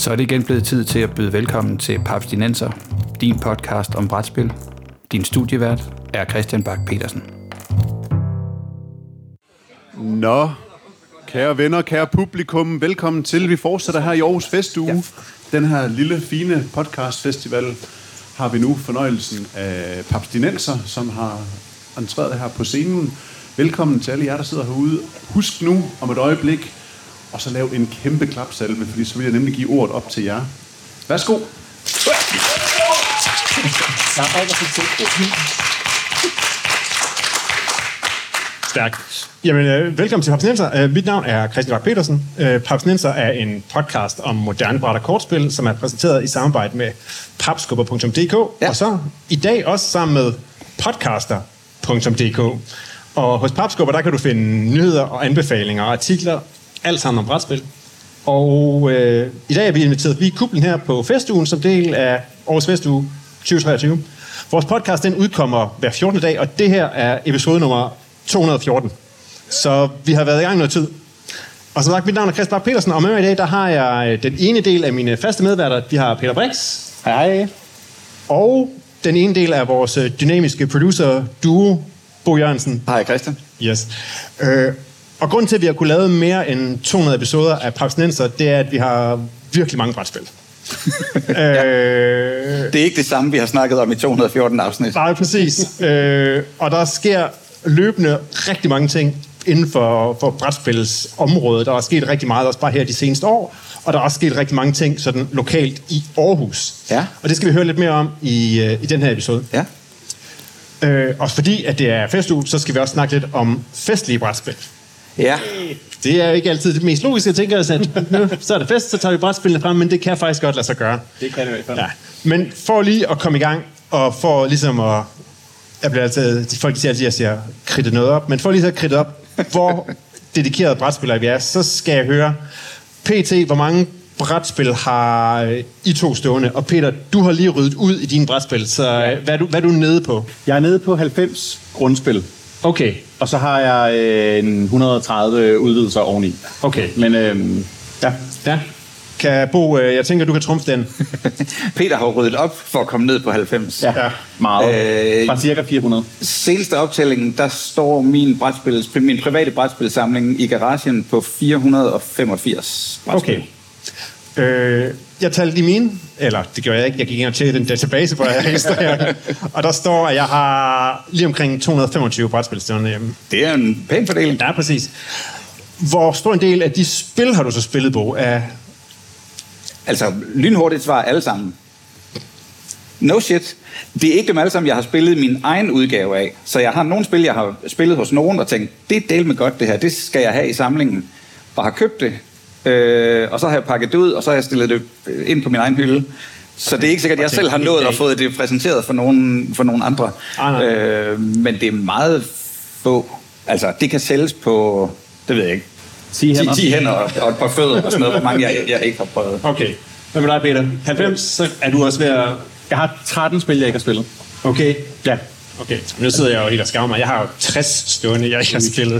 Så er det igen blevet tid til at byde velkommen til Papstinenser, din podcast om brætspil. Din studievært er Christian Bak Petersen. Nå, kære venner, kære publikum, velkommen til. Vi fortsætter her i Aarhus Festuge. Ja. Den her lille, fine podcastfestival har vi nu fornøjelsen af Papstinenser, som har entreret her på scenen. Velkommen til alle jer, der sidder herude. Husk nu om et øjeblik, og så lav en kæmpe klapsalve, fordi så vil jeg nemlig give ordet op til jer. Værsgo. Stærkt. Jamen, velkommen til Papstinenser. Mit navn er Christian Bak Petersen. Papstinenser er en podcast om moderne bræt- og kortspil, som er præsenteret i samarbejde med papskubber.dk, og så i dag også sammen med podcaster.dk. Og hos Papskubber, der kan du finde nyheder og anbefalinger og artikler, alt sammen om brætspil. Og i dag er vi inviteret forbi kuplen her på festugen, som del af Aarhus Festuge 2023. Vores podcast, den udkommer hver 14. dag, og det her er episode nummer 214. Så vi har været i gang noget tid. Og som sagt, mit navn er Christian Bak Petersen, og med mig i dag, der har jeg den ene del af mine faste medværter. Vi har Peter Brix. Hej. Og den ene del af vores dynamiske producer-duo, Bo Jørgensen. Hej Christian. Yes. Og grunden til, at vi har kunne lave mere end 200 episoder af Papstinenser, det er, at vi har virkelig mange brætspil. Det er ikke det samme, vi har snakket om i 214 afsnit. Nej, præcis. Og der sker løbende rigtig mange ting inden for brætspils område. Der er sket rigtig meget også bare her de seneste år, og der er også sket rigtig mange ting sådan lokalt i Aarhus. Ja. Og det skal vi høre lidt mere om i den her episode. Ja. Og fordi at det er festuge, så skal vi også snakke lidt om festlige brætspil. Ja. Det er ikke altid det mest logiske, jeg tænker, at nu, så er det fest, så tager vi brætspillene frem, men det kan faktisk godt lade sig gøre. Det kan det i hvert fald. Ja. Men for lige at komme i gang, og for ligesom at... Jeg bliver altid... De folk siger altid, at jeg siger, kridte noget op, men for lige så at kridte op, hvor dedikerede brætspillere vi er, så skal jeg høre, PT, hvor mange brætspil har I to stående? Og Peter, du har lige ryddet ud i dine brætspil, så hvad er du nede på? Jeg er nede på 90 grundspil. Okay. Og så har jeg en 130 udvidelser oveni. Okay. Men ja. Ja. Kan Bo, jeg tænker, du kan trumfe den. Peter har ryddet op for at komme ned på 90. Ja. Meget. Fra cirka 400. Seneste optælling, der står min private brætspilsamling i garagen på 485 brætspil. Okay. Jeg talte lige mine, eller det gjorde jeg ikke, jeg gik ind og tjekkede den database, hvor jeg registrerer, og der står, at jeg har lige omkring 225 brætspil stående hjemme. Det er en pæn fordeling. Ja, præcis. Hvor stor en del af de spil har du så spillet, Bo? Altså, lynhurtigt svar alle sammen. No shit. Det er ikke dem alle sammen, jeg har spillet min egen udgave af. Så jeg har nogle spil, jeg har spillet hos nogen, og tænkt, det er del med godt det her, det skal jeg have i samlingen. Og har købt det. Og så har jeg pakket det ud, og så har jeg stillet det ind på min egen hylde. Så det er ikke sikkert, at jeg selv har nået at få det præsenteret for nogen andre. Men det er meget få. Altså, det kan sælges på, det ved jeg ikke, 10 hænder og et par fødder og sådan noget, hvor mange jeg ikke har prøvet. Okay. Hvad med dig, Peter? 90, så er du også ved at... Jeg har 13 spil, jeg ikke har spillet. Okay. Ja. Okay. Nu sidder jeg jo helt og skammer mig. Jeg har jo 60 stående, jeg ikke har spillet.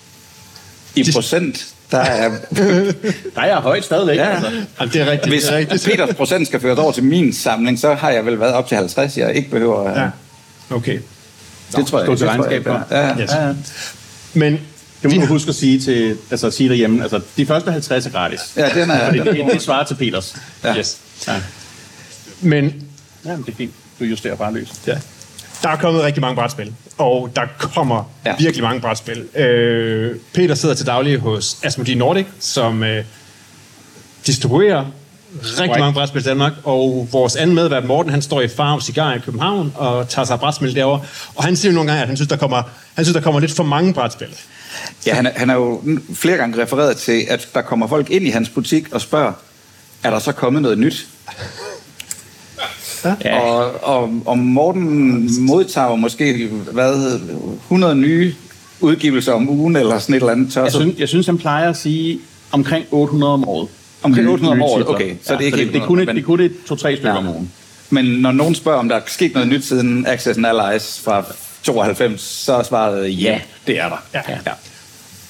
I procent, der er højt stadigvæk. Ja. Altså. Jamen, det er rigtigt. Hvis Peters procent skal føres over til min samling, så har jeg vel været op til 50, jeg ikke behøver at... Ja. Okay. Det tror jeg. Stå til regnskab for. Ja. Yes. Men det må du huske at sige derhjemme. Altså, de første 50 er gratis. Ja, den er... Det svarer til Peters. Ja. Yes. Ja. Men Jamen, det er fint. Du justerer bare løs. ja. Der er kommet rigtig mange brætspil, og der kommer virkelig mange brætspil. Peter sidder til daglig hos Asmodee Nordic, som distribuerer rigtig mange brætspil i Danmark, og vores anden medvært, Morten, han står i Farve Cigar i København og tager sig af brætspil derovre, og han siger jo nogle gange, at han synes, der kommer lidt for mange brætspil. Ja, han har jo flere gange refereret til, at der kommer folk ind i hans butik og spørger, er der så kommet noget nyt? Ja. Og Morten modtager måske 100 nye udgivelser om ugen, eller sådan et eller andet. Jeg synes han plejer at sige omkring 800 om året. Omkring 800 om året, okay. Så det er ikke helt det kunne det 2-3 stykker om ugen. Men når nogen spørger, om der er sket noget nyt siden Access and Allies fra 92, så er svaret ja, det er der. Ja.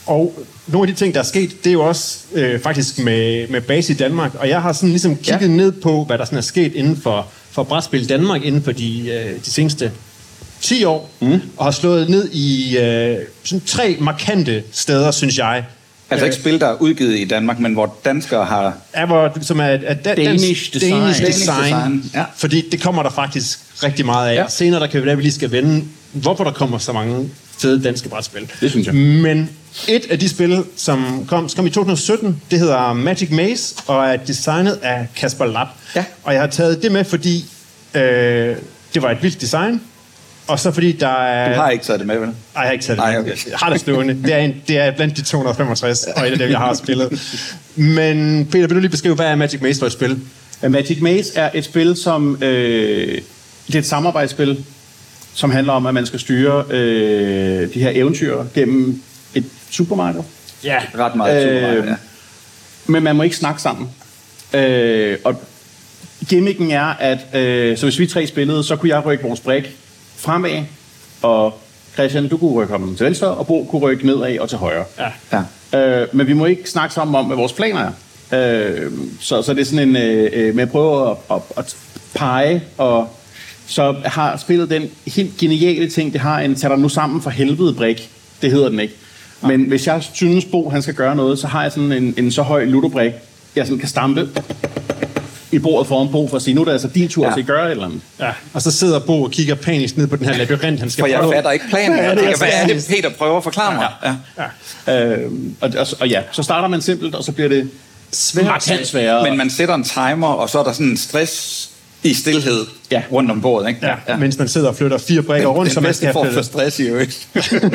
Og nogle af de ting, der er sket, det er jo også faktisk med base i Danmark. Og jeg har sådan ligesom kigget ned på, hvad der sådan er sket inden for brætspil Danmark inden for de seneste 10 år, og har slået ned i sådan 3 markante steder, synes jeg. Altså ikke spil, der er udgivet i Danmark, men hvor danskere har... Som er Danish design. Ja. Fordi det kommer der faktisk rigtig meget af. Ja. Senere der kan vi lige skal vende, hvorfor der kommer så mange fede danske brætspil. Det synes jeg. Men et af de spil, som kom i 2017, det hedder Magic Maze, og er designet af Kasper Lapp. Ja. Og jeg har taget det med, fordi det var et vildt design, og så fordi der er... Du har ikke taget det med, vel? Nej, jeg har ikke taget det med. Okay. Jeg har det stående. Det er blandt de 265, og et af dem, jeg har spillet. Men Peter, vil du lige beskrive, hvad er Magic Maze for et spil? Magic Maze er et spil, som... det er et samarbejdsspil, som handler om, at man skal styre de her eventyr gennem et supermarked. Ja. Ret meget supermarked, ja. Men man må ikke snakke sammen. Og gimmicken er, at så hvis vi 3 spillede, så kunne jeg rykke vores brik fremad, og Christian, du kunne rykke ham til venstre, og Bo kunne rykke nedad og til højre. Ja. Men vi må ikke snakke sammen om, hvad vores planer er. Så det er sådan en... med at prøve at pege, og så har spillet den helt geniale ting, det har en tag dig nu sammen for helvede brik. Det hedder den ikke. Men hvis jeg synes, Bo han skal gøre noget, så har jeg sådan en så høj ludobrik, jeg sådan kan stampe i bordet foran Bo for at sige, nu er det altså din tur at gøre et eller andet. Ja. Og så sidder Bo og kigger panisk ned på den her labyrint, han skal For jeg prøve. fatter ikke planen. Jeg tænker, hvad er det, Peter prøver at forklare mig? Ja. Så starter man simpelt, og så bliver det markant sværere. Men man sætter en timer, og så er der sådan en stress i stilhed rundt om bordet, ikke? Ja. Mens man sidder og flytter 4 brikker rundt, så man skal have for stress i øvrigt.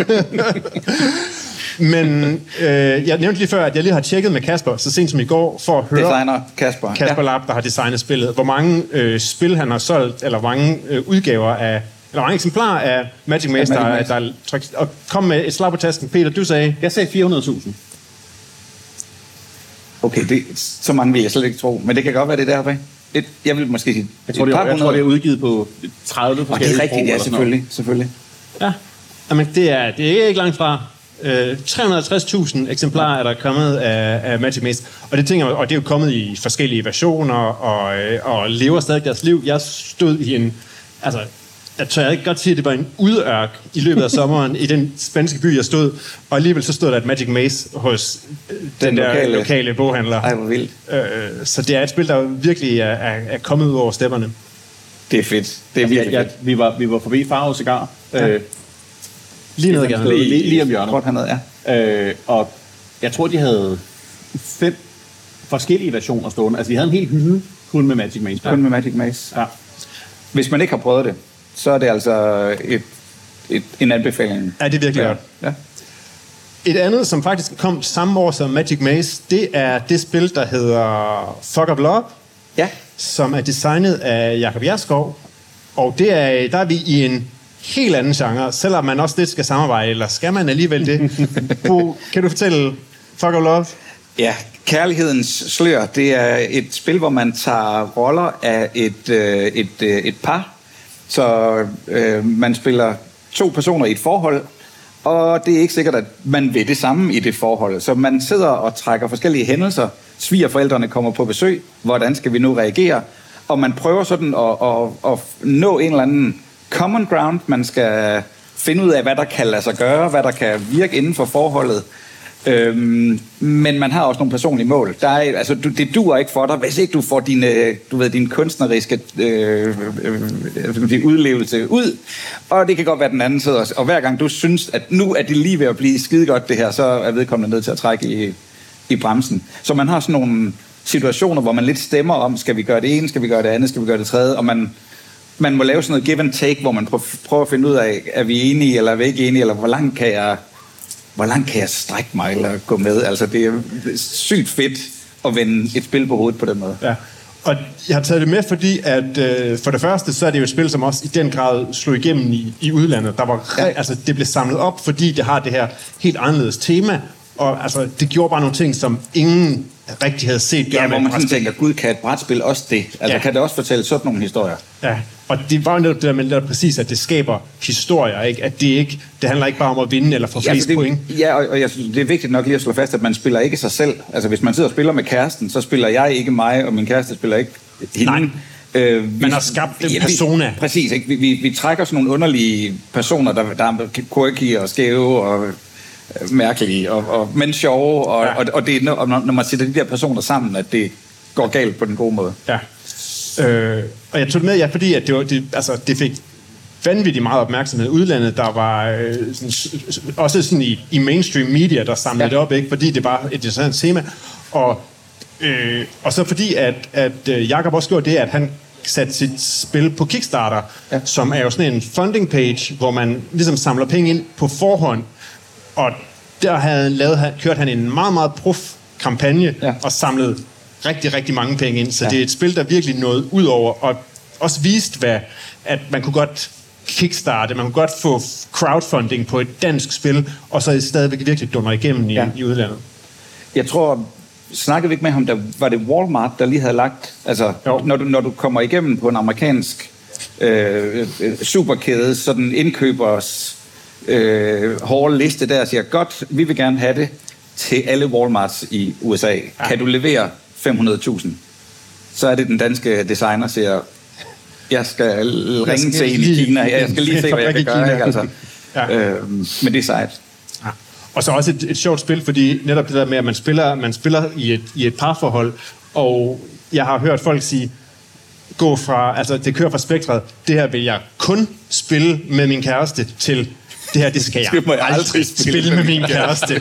Men jeg nævnte lige før, at jeg lige har tjekket med Kasper, så sent som i går, for at høre... Designer Kasper Lapp, der har designet spillet. Hvor mange spil han har solgt, eller hvor mange udgaver af... Eller hvor mange eksemplarer af Magic Maze, der er trykt. Og kom med et slag på tasken. Peter, du sagde... Jeg sagde 400.000. Okay, så mange vil jeg slet ikke tro. Men det kan godt være, det der, bag. Jeg vil måske sige... Jeg tror, det er udgivet på 30 forskellige sprog. Og det er rigtigt, ja, selvfølgelig. Ja, men det er ikke langt fra. 350.000 eksemplarer er der kommet af Magic Maze, og det er jo kommet i forskellige versioner, og lever stadig deres liv. Jeg stod i en... Altså, jeg tør ikke godt sige, at det var en udørk i løbet af sommeren i den spanske by, jeg stod, og alligevel så stod der et Magic Maze hos den der lokale boghandler. Ej, hvor vildt. Så det er et spil, der virkelig er kommet ud over stepperne. Det er fedt. Det er virkelig fedt. Vi var forbi Farve Cigar. Lige ned gerne. Lige om hjørnet. Og jeg tror, de havde 5 forskellige versioner stående. Altså, de havde en hel hylde kun med Magic Maze. Kun med Magic Maze. Ja. Hvis man ikke har prøvet det, så er det altså en anbefaling. Ja, det er virkelig godt. Ja. Et andet, som faktisk kom samme år som Magic Maze, det er det spil, der hedder Fog of Love, som er designet af Jakob Jerskov. Og der er vi i en helt anden genre, selvom man også lidt skal samarbejde, eller skal man alligevel det? Bo, kan du fortælle Fog of Love? Ja, Kærlighedens Slør, det er et spil, hvor man tager roller af et par. Så man spiller 2 personer i et forhold, og det er ikke sikkert, at man vil det samme i det forhold. Så man sidder og trækker forskellige hændelser. Svigerforældrene kommer på besøg. Hvordan skal vi nu reagere? Og man prøver sådan at nå en eller anden common ground. Man skal finde ud af, hvad der kan lade sig gøre, hvad der kan virke inden for forholdet. Men man har også nogle personlige mål. Det duer ikke for dig, hvis ikke du får din kunstneriske udlevelse ud. Og det kan godt være den anden side også. Og hver gang du synes, at nu er det lige ved at blive skide godt det her, så er vedkommende nødt til at trække i bremsen. Så man har sådan nogle situationer, hvor man lidt stemmer om, skal vi gøre det ene, skal vi gøre det andet, skal vi gøre det tredje, og man må lave sådan noget give and take, hvor man prøver at finde ud af, er vi enige, eller er vi ikke enige, eller hvor langt kan jeg strække mig, eller gå med. Altså, det er sygt fedt at vende et spil på hovedet på den måde. Ja. Og jeg har taget det med, fordi at for det første, så er det jo et spil, som også i den grad slog igennem i udlandet. Altså, det blev samlet op, fordi det har det her helt anderledes tema, og altså, det gjorde bare nogle ting, som ingen rigtig havde set gøre Ja, hvor med man sådan brætspil. tænker, gud, kan et brætspil også det? Altså, kan det også fortælle sådan nogle historier? Ja, og det var jo netop det der med netop præcis, at det skaber historier, ikke? At det handler ikke bare om at vinde eller få flest point. Ja, og jeg synes, det er vigtigt nok lige at slå fast, at man spiller ikke sig selv. Altså, hvis man sidder og spiller med kæresten, så spiller jeg ikke mig, og min kæreste spiller ikke hende. Nej. Man har skabt en persona. Præcis, ikke? Vi trækker sådan nogle underlige personer, der er quirky og skæve og mærkelige, men sjove, og det er, når man sætter de der personer sammen, at det går galt på den gode måde. Ja. Og jeg tog det med, fordi at det fik vanvittigt meget opmærksomhed i udlandet. Der var også sådan i mainstream media, der samlede det op, ikke? Fordi det var et interessant tema. Og så fordi, at Jakob også gjorde det, at han satte sit spil på Kickstarter, som er jo sådan en funding page, hvor man ligesom samler penge ind på forhånd. Og der kørt han en meget, meget prof kampagne og samlet rigtig, rigtig mange penge ind. Så det er et spil, der virkelig nåede ud over, og også vist, at man kunne godt kickstarte, man kunne godt få crowdfunding på et dansk spil, og så stadigvæk virkelig dunder igennem i udlandet. Jeg tror, snakkede vi ikke med ham, var det Walmart, der lige havde lagt, altså når du kommer igennem på en amerikansk superkæde, sådan indkøbers hårde liste der, siger, godt, vi vil gerne have det til alle Walmarts i USA. Kan du levere 500.000? Så er det den danske designer, siger, jeg skal ringe til en i Kina, jeg skal lige se, hvad jeg kan gøre. Ikke? Altså, men det er sejt. Ja. Og så også et sjovt spil, fordi netop det der med, at man spiller i et parforhold, og jeg har hørt folk sige, det kører fra spektret, det her vil jeg kun spille med min kæreste, til det her, det skal jeg aldrig spille med min kæreste.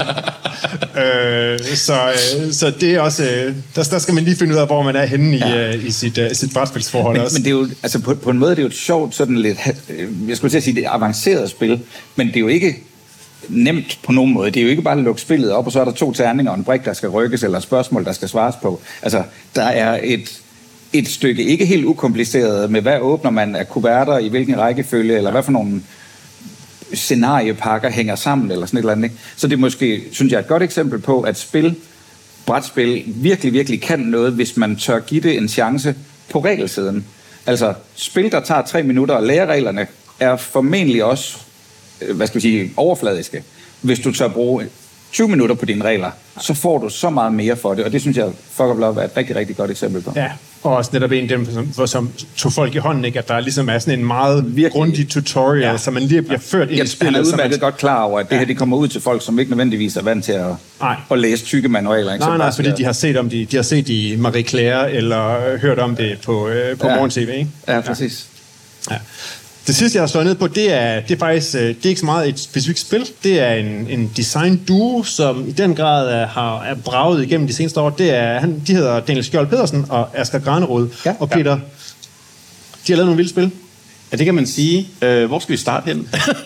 Så det er også, der skal man lige finde ud af, hvor man er henne i sit brætspilsforhold også. Men det er jo, altså på en måde, det er jo et sjovt, sådan lidt, jeg skulle til at sige, det er avanceret spil, men det er jo ikke nemt på nogen måde. Det er jo ikke bare at lukke spillet op, og så er der 2 terninger og en brik, der skal rykkes, eller et spørgsmål, der skal svares på. Altså, der er et stykke ikke helt ukompliceret med, hvad åbner man af kuverter, i hvilken rækkefølge, eller hvad for nogle scenariepakker hænger sammen, eller sådan et eller andet. Ikke? Så det er måske, synes jeg, et godt eksempel på, at brætspil virkelig, virkelig kan noget, hvis man tør give det en chance på regelsiden. Altså, spil, der tager 3 minutter at lære reglerne, er formentlig også, overfladiske. Hvis du tør bruge 20 minutter på dine regler, så får du så meget mere for det, og det synes jeg, Fuck Up Love er et rigtig, rigtig godt eksempel på. Ja, og også netop en af dem, som tog folk i hånden, ikke? At der ligesom er sådan en meget grundig tutorial, så man lige bliver ført ind i spillet. Han er udmærket godt klar over, at det her det kommer ud til folk, som ikke nødvendigvis er vant til at læse tykke manualer. Ikke? Nej, fordi de har set i Marie Claire, eller hørt om det på morgen-tv, ikke? Ja, præcis. Ja. Det sidste, jeg har slået ned på, det er faktisk det er ikke så meget et specifikt spil. Det er en design-duo, som i den grad er braget igennem de seneste år. De hedder Daniel Skjold Pedersen og Asger Granerud. Ja, og Peter, de har lavet nogle vilde spil. Ja, det kan man sige. Hvor skal vi starte hen?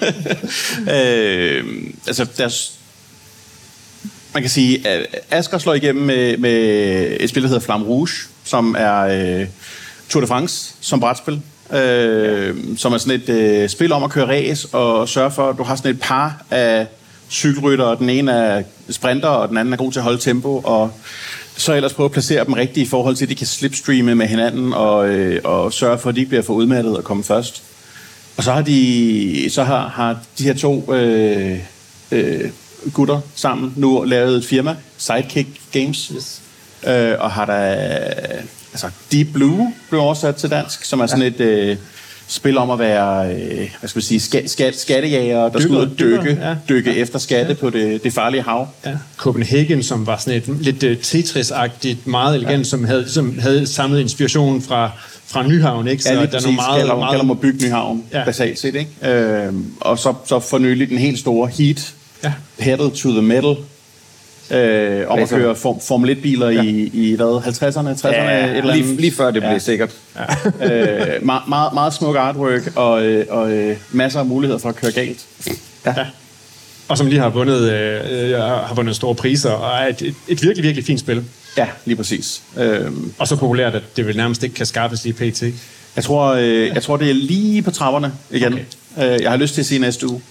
Man kan sige, at Asger slår igennem med et spil, der hedder Flamme Rouge, som er Tour de France som brætspil. Som er sådan et spil om at køre race og sørge for, at du har sådan et par af cykelrytter, og den ene er sprinter, og den anden er god til at holde tempo, og så ellers prøve at placere dem rigtigt i forhold til, at de kan slipstreame med hinanden, og sørge for, at de ikke bliver for udmattet og komme først. Og så har de her 2 gutter sammen nu lavet et firma, Sidekick Games, og har der... Altså, Deep Blue blev oversat til dansk, som er sådan et spil om at være, skattejæger, der skal ud og dykke efter skatte på det farlige hav. Ja. Copenhagen, som var sådan et lidt Tetris-agtigt, meget elegant, som havde samlet inspiration fra Nyhavn, ikke? Så ja, lige præcis. Der kalder mig bygge Nyhavn, basalt set, ikke? Og så for nylig den helt store Heat, Pedal to the Metal, om at køre Formel 1-biler i hvad, 50'erne, 60'erne? Ja, eller lige før det blev sikkert. Ja. Meget smuk artwork og masser af muligheder for at køre galt. Ja. Og som lige har vundet store priser, og er et virkelig, virkelig fint spil. Ja, lige præcis. Og så populært, at det vel nærmest ikke kan skaffes lige pt. Jeg tror, det er lige på trapperne igen. Okay. Jeg har lyst til at sige næste uge.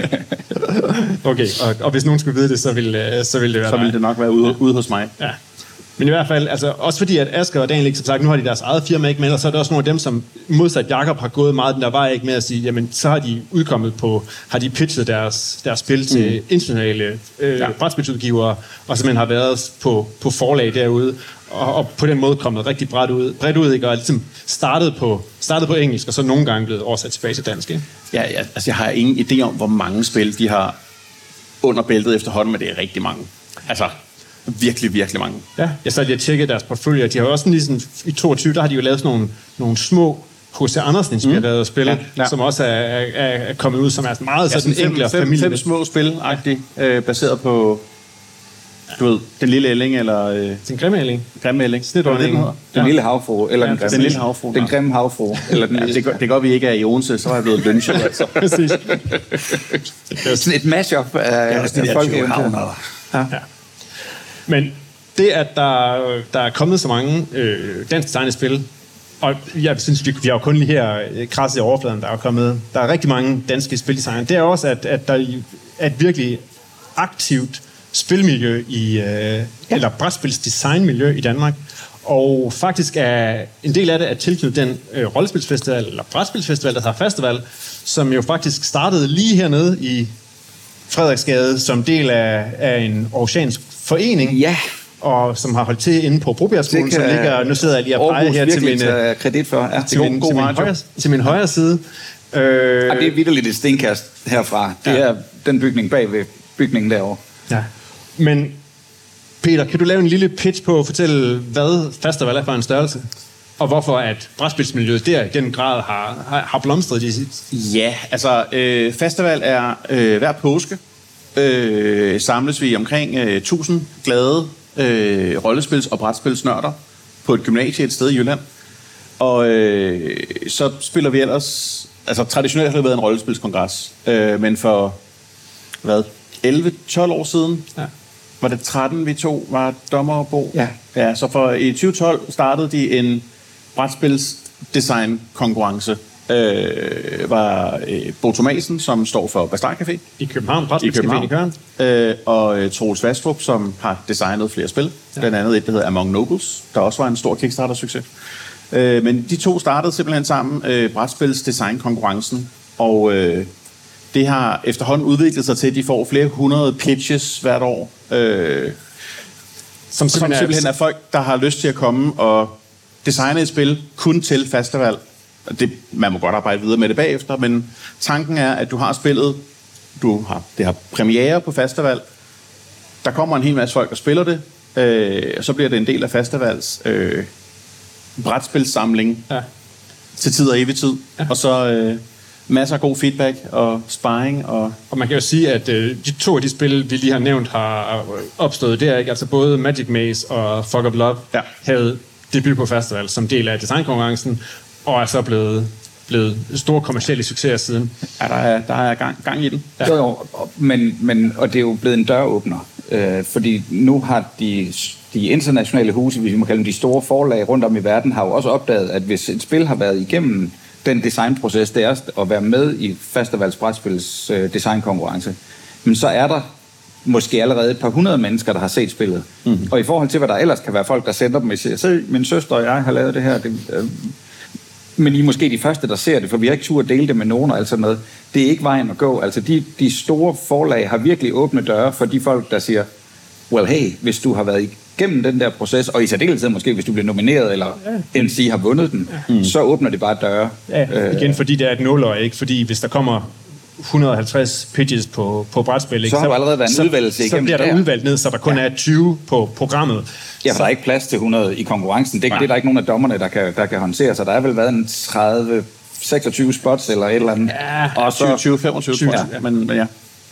Okay, og hvis nogen skulle vide det, så ville det være så ville det nok være ude hos mig. Ja. Men i hvert fald, altså også fordi, at Asger og Daniel, som sagt, nu har de deres eget firma, ikke, men ellers så er der også nogle af dem, som modsat Jakob har gået meget den der vej, ikke, med at sige, jamen, så har de har de pitchet deres spil til internationale brætspilsudgivere, og simpelthen har været på forlag derude, og på den måde kommet rigtig bredt ud, ikke, og ligesom startet på engelsk, og så nogle gange blevet oversat tilbage til dansk, ikke? Ja, altså jeg har ingen idé om, hvor mange spil de har under bæltet efterhånden, men det er rigtig mange. Altså, virkelig, virkelig mange. Ja, jeg så lige tjekket deres portfolio. De har jo også ligesom, i 22, der har de jo lavet sådan nogle små H.C. Andersen-inspirerede spil, som også er kommet ud, som er meget sådan enkle og familie. 5 små spil-agtigt, baseret på, du ved, Den Lille Ælling, eller... Den Grimme Ælling. Grimme Ælling. Den Lille havfru, eller den lille havfru. Den grimme havfru, eller den lille... Det går vi ikke af i Odense, så er jeg blevet lynchet, altså. Præcis. Det er sådan et mashup af folkeeventyr. Ja. Men det, at der er kommet så mange dansk designede spil, og jeg synes, vi har jo kun lige her krasset i overfladen, der er rigtig mange danske spildesigner. Det er også, at der er et virkelig aktivt spilmiljø eller brætspilsdesignmiljø i Danmark. Og faktisk er en del af det at tilknytte den rollespilsfestival, eller brætspilsfestival, der hedder Festival, som jo faktisk startede lige hernede i Frederiksgade som del af en aarhusiansk forening. Ja. Og som har holdt til inde på Brobjergskolen, som ligger, nu sidder jeg lige og peger her til min højre side. Det er vitterligt et stenkast herfra. Det er den bygning bag ved bygningen derovre. Ja. Men Peter, kan du lave en lille pitch på at fortælle, hvad Festival er for en størrelse? Og hvorfor at brætspilsmiljøet der i den grad har blomstret i sit... Ja, altså Festival er hver påske samles vi omkring 1000 glade rollespils- og brætspilsnørder på et gymnasie et sted i Jylland. Og så spiller vi ellers... Altså traditionelt har det været en rollespilskongres, men for 11-12 år siden, var det 13 vi to var dommerbo. Ja, så i 2012 startede de en brætspilsdesign-konkurrence. Var Bo Thomasen, som står for Bastard Café i København, Brætspilscaféen i København, og Troels Vastrup, som har designet flere spil, blandt andet et, der hedder Among Nobles, der også var en stor Kickstarter-succes. Men de to startede simpelthen sammen brætspilsdesign-konkurrencen, og det har efterhånden udviklet sig til, at de får flere 100 pitches hvert år, som simpelthen er folk, der har lyst til at komme og designe et spil kun til festival. Man må godt arbejde videre med det bagefter, men tanken er, at du har spillet, det har premiere på festival, der kommer en hel masse folk, der spiller det, og så bliver det en del af festivals brætspilssamling til tid og evig tid, og så masser af god feedback og sparring. Og man kan jo sige, at de to af de spil, vi lige har nævnt, har opstået der, ikke? Altså både Magic Maze og Fog of Love havde debut på festival som del af designkonkurrencen, og er så blevet store kommercielle succeser siden. Der er gang i den. Ja. Jo, men det er jo blevet en døråbner, fordi nu har de internationale huse, hvis vi må kalde dem de store forlag rundt om i verden, har jo også opdaget, at hvis et spil har været igennem den designproces, det er at være med i Festivals brætspils designkonkurrence, men så er der måske allerede et par 100 mennesker, der har set spillet. Mm-hmm. Og i forhold til, hvad der ellers kan være folk, der sender dem og siger, se, min søster og jeg har lavet det her, men I er måske de første, der ser det, for vi har ikke tur at dele det med nogen og alt sådan noget. Det er ikke vejen at gå. Altså de store forlag har virkelig åbne døre for de folk, der siger, well hey, hvis du har været igennem den der proces, og i særdeleshed måske, hvis du bliver nomineret, eller NC har vundet den, så åbner det bare døre. Ja, igen, fordi det er et nåløje, ikke? Fordi hvis der kommer 150 pitches på brætspil, ikke? Så har der allerede været en udvalgelse igennem. Så bliver der udvalgt ned, så der kun er 20 på programmet. Ja, for der er ikke plads til 100 i konkurrencen. Det er der ikke nogen af dommerne, der kan håndtere, så der er vel været en 26 spots eller et eller andet. Ja, og så 20-25, tror jeg. Men ja.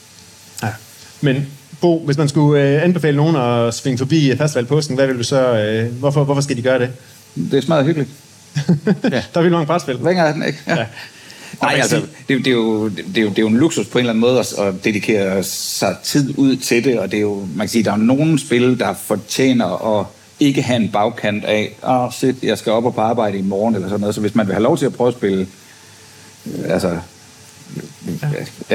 Men Bo, hvis man skulle anbefale nogen at svinge forbi festivalpåsken, hvad vil du så... Hvorfor skal de gøre det? Det er smadret hyggeligt. Der er vildt mange brætspil. Ringer den, ikke? Ja. Nej, altså, det er jo en luksus på en eller anden måde at dedikere sig tid ud til det, og det er jo, man kan sige, der er nogle spil, der fortjener at ikke have en bagkant af, jeg skal op og på arbejde i morgen, eller sådan noget, så hvis man vil have lov til at prøve at spille,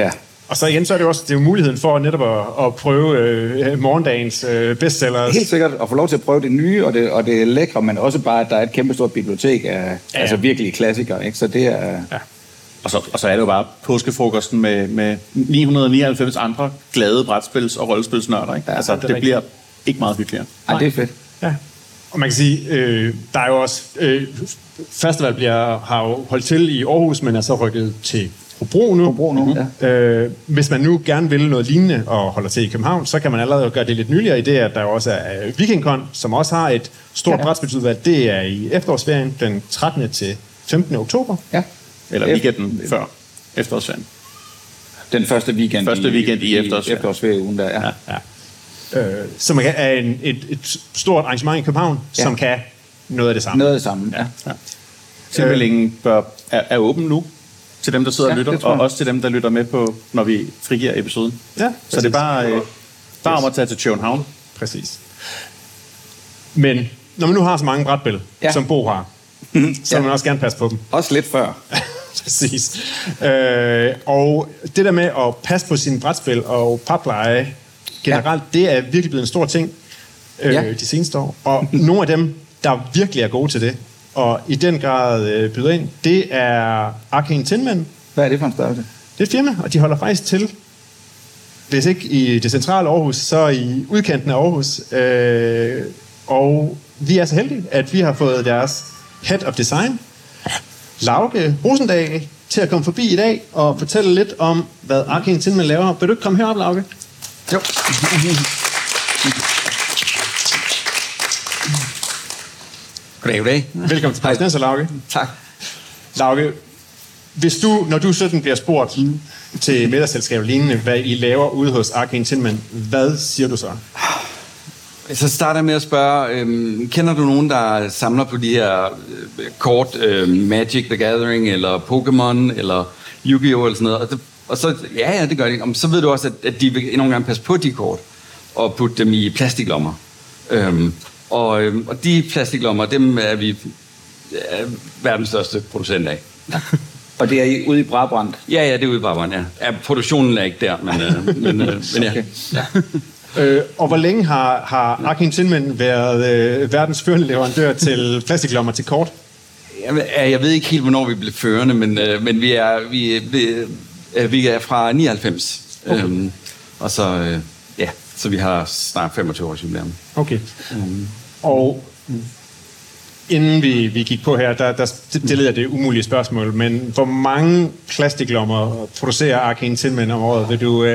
Og så igen, så er det også muligheden for netop at prøve morgendagens bestsellers. Helt sikkert at få lov til at prøve det nye og det lækre, men også bare, at der er et kæmpestort bibliotek af altså virkelige klassikere. Ikke? Så det er... Ja. Og så er det jo bare påskefrokosten med 999 andre glade brætspils- og rollespilsnørder. Ikke? Ja, altså, det bliver ikke meget hyggeligere. Ej, det er fedt. Ja. Og man kan sige, der er jo også... festival har jo holdt til i Aarhus, men er så rykket til Hobro nu. Ja. Hvis man nu gerne vil noget lignende og holder til i København, så kan man allerede gøre det lidt nyligere i det, at der også er Vikingkon, som også har et stort brætspilsudvalg. Det er i efterårsferien den 13. til 15. oktober. Ja. Eller weekenden før efterårsferien. Den første weekend i efterårsferieugen der, som er et stort arrangement i København, som kan noget af det samme. Noget af det samme, ja. Tilmeldingen er åben nu til dem, der sidder og lytter, og også til dem, der lytter med på, når vi frigiver episoden. Ja, så det er bare om at tage til København. Præcis. Men når man nu har så mange brætspil, som Bo har, så vil man også gerne passe på dem. Også lidt før. Præcis. Og det der med at passe på sine brætspil og papleje generelt, det er virkelig blevet en stor ting de seneste år. Og nogle af dem, der virkelig er gode til det, og i den grad byder ind, det er Arcane Tin Men. Hvad er det for en størrelse? Det er et firma, og de holder faktisk til, hvis ikke i det centrale Aarhus, så i udkanten af Aarhus. Og vi er så heldige, at vi har fået deres Head of Design, Lauke Rosendal, til at komme forbi i dag og fortælle lidt om, hvad Arcane Tin Men laver. Vil du ikke komme herop, Lauke? Jo. Goddag. Velkommen til præsidenten, Lauke. Tak. Lauke, når du sådan bliver spurgt til middagsselskab lignende, hvad I laver ude hos Arcane Tin Men, hvad siger du så? Så starter jeg med at spørge, kender du nogen, der samler på de her kort, Magic the Gathering, eller Pokémon, eller Yu-Gi-Oh! Eller sådan noget? Og så, ja, det gør de. Så ved du også, at de vil nogle gange passe på de kort, og putte dem i plastiklommer. Og de plastiklommer, dem er vi verdens største producent af. Og det er ude i Brabrand? Ja, det er ude i Brabrand, ja. Produktionen er ikke der, men ja. Okay. Og hvor længe har Arcane Tin Men været verdens førende leverandør til plastiklommer til kort? Jeg ved ikke helt, hvornår vi blev førende, men vi er fra 99. Okay. Og så, så vi har snart 25 års jubilæum. Okay. Og inden vi gik på her, der stillede jeg det umulige spørgsmål, men hvor mange plastiklommer producerer Arcane Tin Men om året? Vil du...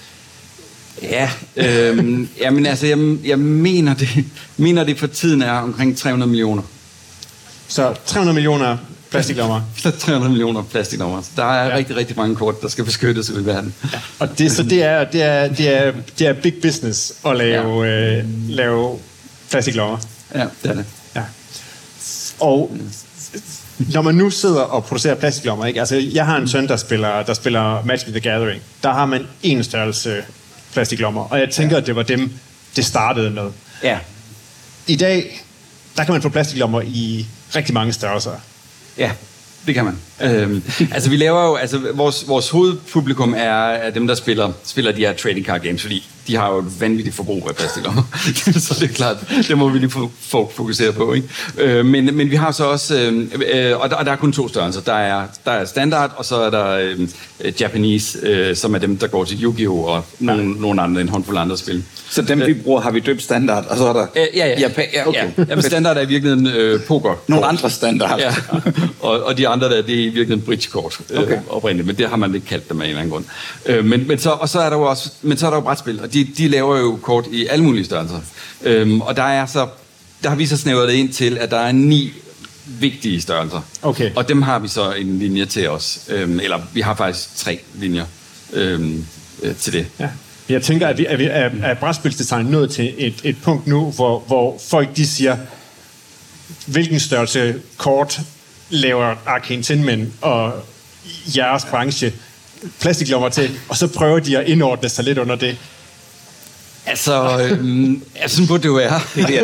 Jamen altså, jeg mener det for tiden er omkring 300 millioner. Så 300 millioner plastiklommer? 300 millioner plastiklommer. Der er rigtig, rigtig mange kort, der skal beskyttes ud i verden. Ja. Og det er big business at lave plastiklommer. Ja, det er det. Ja. Og når man nu sidder og producerer plastiklommer, ikke? Altså, jeg har en søn, der spiller Magic the Gathering. Der har man en størrelse plastiklommer, og jeg tænker, at det var dem, det startede med. Ja. I dag, der kan man få plastiklommer i rigtig mange størrelser. Ja, det kan man. Altså, vi laver jo, altså, vores hovedpublikum er dem, der spiller de her trading card games, fordi de har jo et vanvittigt forbrug af plastiklommer. Så det er klart, det må vi lige fokusere på, ikke? Men vi har så også, og der er kun 2 størrelser. Der er standard, og så er der Japanese, som er dem, der går til Yu-Gi-Oh! Og nogle andre, en håndfuld andre spil. Så dem, vi bruger, har vi døbt standard, og så er der... Okay. Ja, standard er i virkeligheden poker. Nogle andre standard. Ja. Og de andre, det er i virkeligheden bridge-kort oprindeligt, men det har man ikke kaldt dem af en eller anden grund. Så er der jo brætspil, og de laver jo kort i alle mulige størrelser. Og der har vi så snævret det ind til, at der er 9 vigtige størrelser. Okay. Og dem har vi så en linje til os. Eller vi har faktisk 3 linjer til det. Ja. Jeg tænker, at vi er brætspilsdesign nået til et punkt nu, hvor folk de siger, hvilken størrelse kort laver Arcane Tin Men og jeres branche plastiklommer til, og så prøver de at indordne sig lidt under det. Altså, sådan burde det jo være.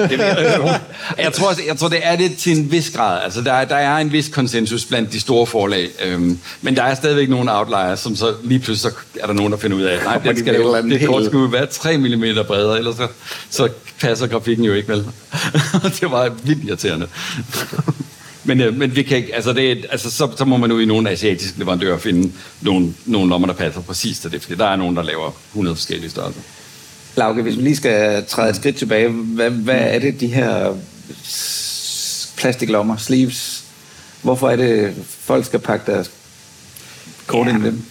Jeg tror, det er det til en vis grad. Altså, der er en vis konsensus blandt de store forlag. Men der er stadigvæk nogle outliers, som så lige pludselig er der nogen, der finder ud af, nej, det kort skulle være 3 mm bredere, ellers så passer grafikken jo ikke, vel? Det var vildt irriterende. Men vi kan ikke, så må man ud i nogle asiatiske leverandører finde nogle lommer, der passer præcis til det, fordi der er nogen, der laver 100 forskellige størrelser. Lauke, hvis vi lige skal træde et skridt tilbage, hvad er det, de her plastiklommer, sleeves, hvorfor er det, folk skal pakke deres kort ind i dem?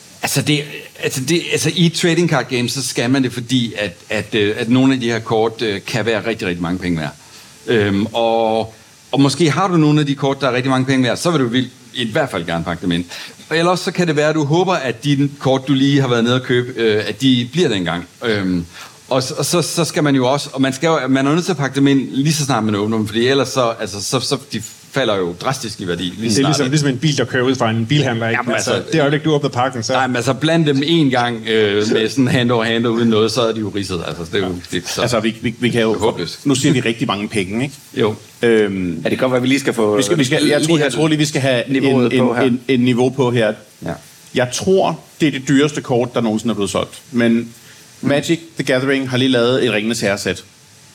Altså i trading card games, så skal man det, fordi at nogle af de her kort kan være rigtig, rigtig mange penge værd. Og måske har du nogle af de kort, der er rigtig mange penge værd, så vil du i hvert fald gerne pakke dem ind. Og ellers så kan det være, at du håber, at de kort, du lige har været nede og købe, at de bliver det engang. Og så skal man jo også, og man er nødt til at pakke dem ind lige så snart man åbner dem, fordi ellers så de falder jo drastisk i værdi. Det er ligesom en bil, der kører ud fra en bilhandler, ikke? Jamen, altså, det øjeblik, du åbner pakken, så... Nej, men altså bland dem en gang med sådan hand over hand uden noget, så er de jo ridset. Altså, det er jo, det, så, altså vi kan jo... Nu siger vi rigtig mange penge, ikke? Jo. Er det godt, at vi lige skal få... Jeg tror lige, vi skal have en niveau på her. Ja. Jeg tror, det er det dyreste kort, der nogensinde er blevet solgt. Men Magic the Gathering har lige lavet et Ringenes Herre-sæt.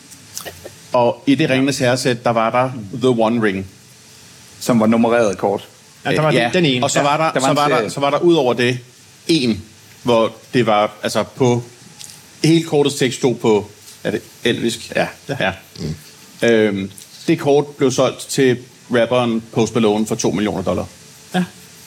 Og i det Ringenes Herre-sæt, der var der The One Ring. Som var nummereret kort. Ja, der var den ene. Og så var der ud over det en, hvor det var, altså på hele kortets tekst stod på, er det elvisk? Ja. Det kort blev solgt til rapperen Post Malone for $2 million. Ja.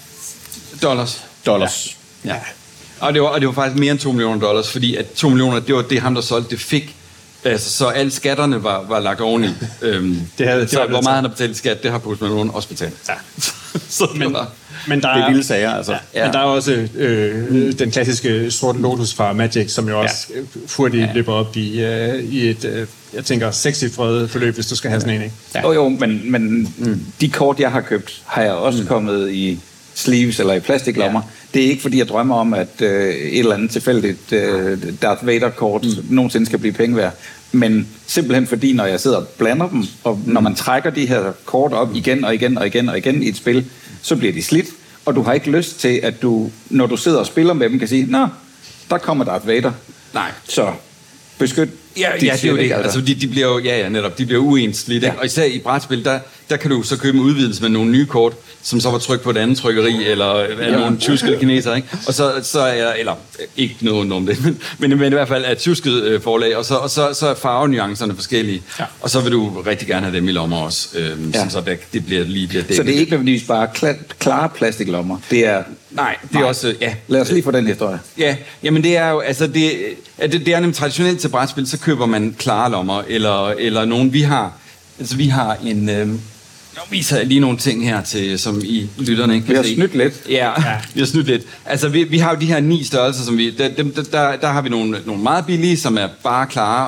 Dollars. Ja. Og det var faktisk mere end $2 million, fordi at $2 millioner, det var det ham, der solgte, det fik. Altså, så alle skatterne var lagt oveni. Så hvor meget han har betalt skat, det har Post Malone også betalt. Ja. Så men der det er vilde sager, altså. Ja. Men der er også den klassiske sorte Lotus fra Magic, som jo også hurtigt løber op i et, jeg tænker, sekscifret forløb, hvis du skal have sådan en, ikke? Ja. Jo, men de kort, jeg har købt, har jeg også kommet i sleeves eller i plastiklommer. Ja. Det er ikke, fordi jeg drømmer om, at et eller andet tilfældigt Darth Vader-kort nogensinde skal blive penge værd. Men simpelthen fordi, når jeg sidder og blander dem, og når man trækker de her kort op igen og igen i et spil, så bliver de slidt, og du har ikke lyst til, at du, når du sidder og spiller med dem, kan sige, nå, der kommer Darth Vader. Nej. Så beskyt. Ja, det er jo det. Altså, de bliver jo, netop, de bliver uenslidt. Ja. Og især i brætspil, der kan du så købe en udvidelse med nogle nye kort, som så var trykt på et andet trykkeri, eller nogle tyske eller kineser, ikke? Og så er, eller ikke noget om det, men i hvert fald er et tysket forlag, og så er farvenuancerne forskellige. Ja. Og så vil du rigtig gerne have dem i lommer også, så det bliver dækket. Så det er ikke nødvendigvis bare klare plastiklommer? Det er... Nej, det er også... Ja. Lad os lige få den historie. Ja, jamen det er jo... Altså, det er nemlig traditionelt til brætspil, så køber man klare lommer, eller nogen... Vi har en... Jeg viser lige nogle ting her, til, som I lytterne ikke kan se. Vi har snydt lidt. Ja, vi har snydt lidt. Altså, vi har jo de her 9 størrelser, som vi... Der har vi nogle meget billige, som er bare klare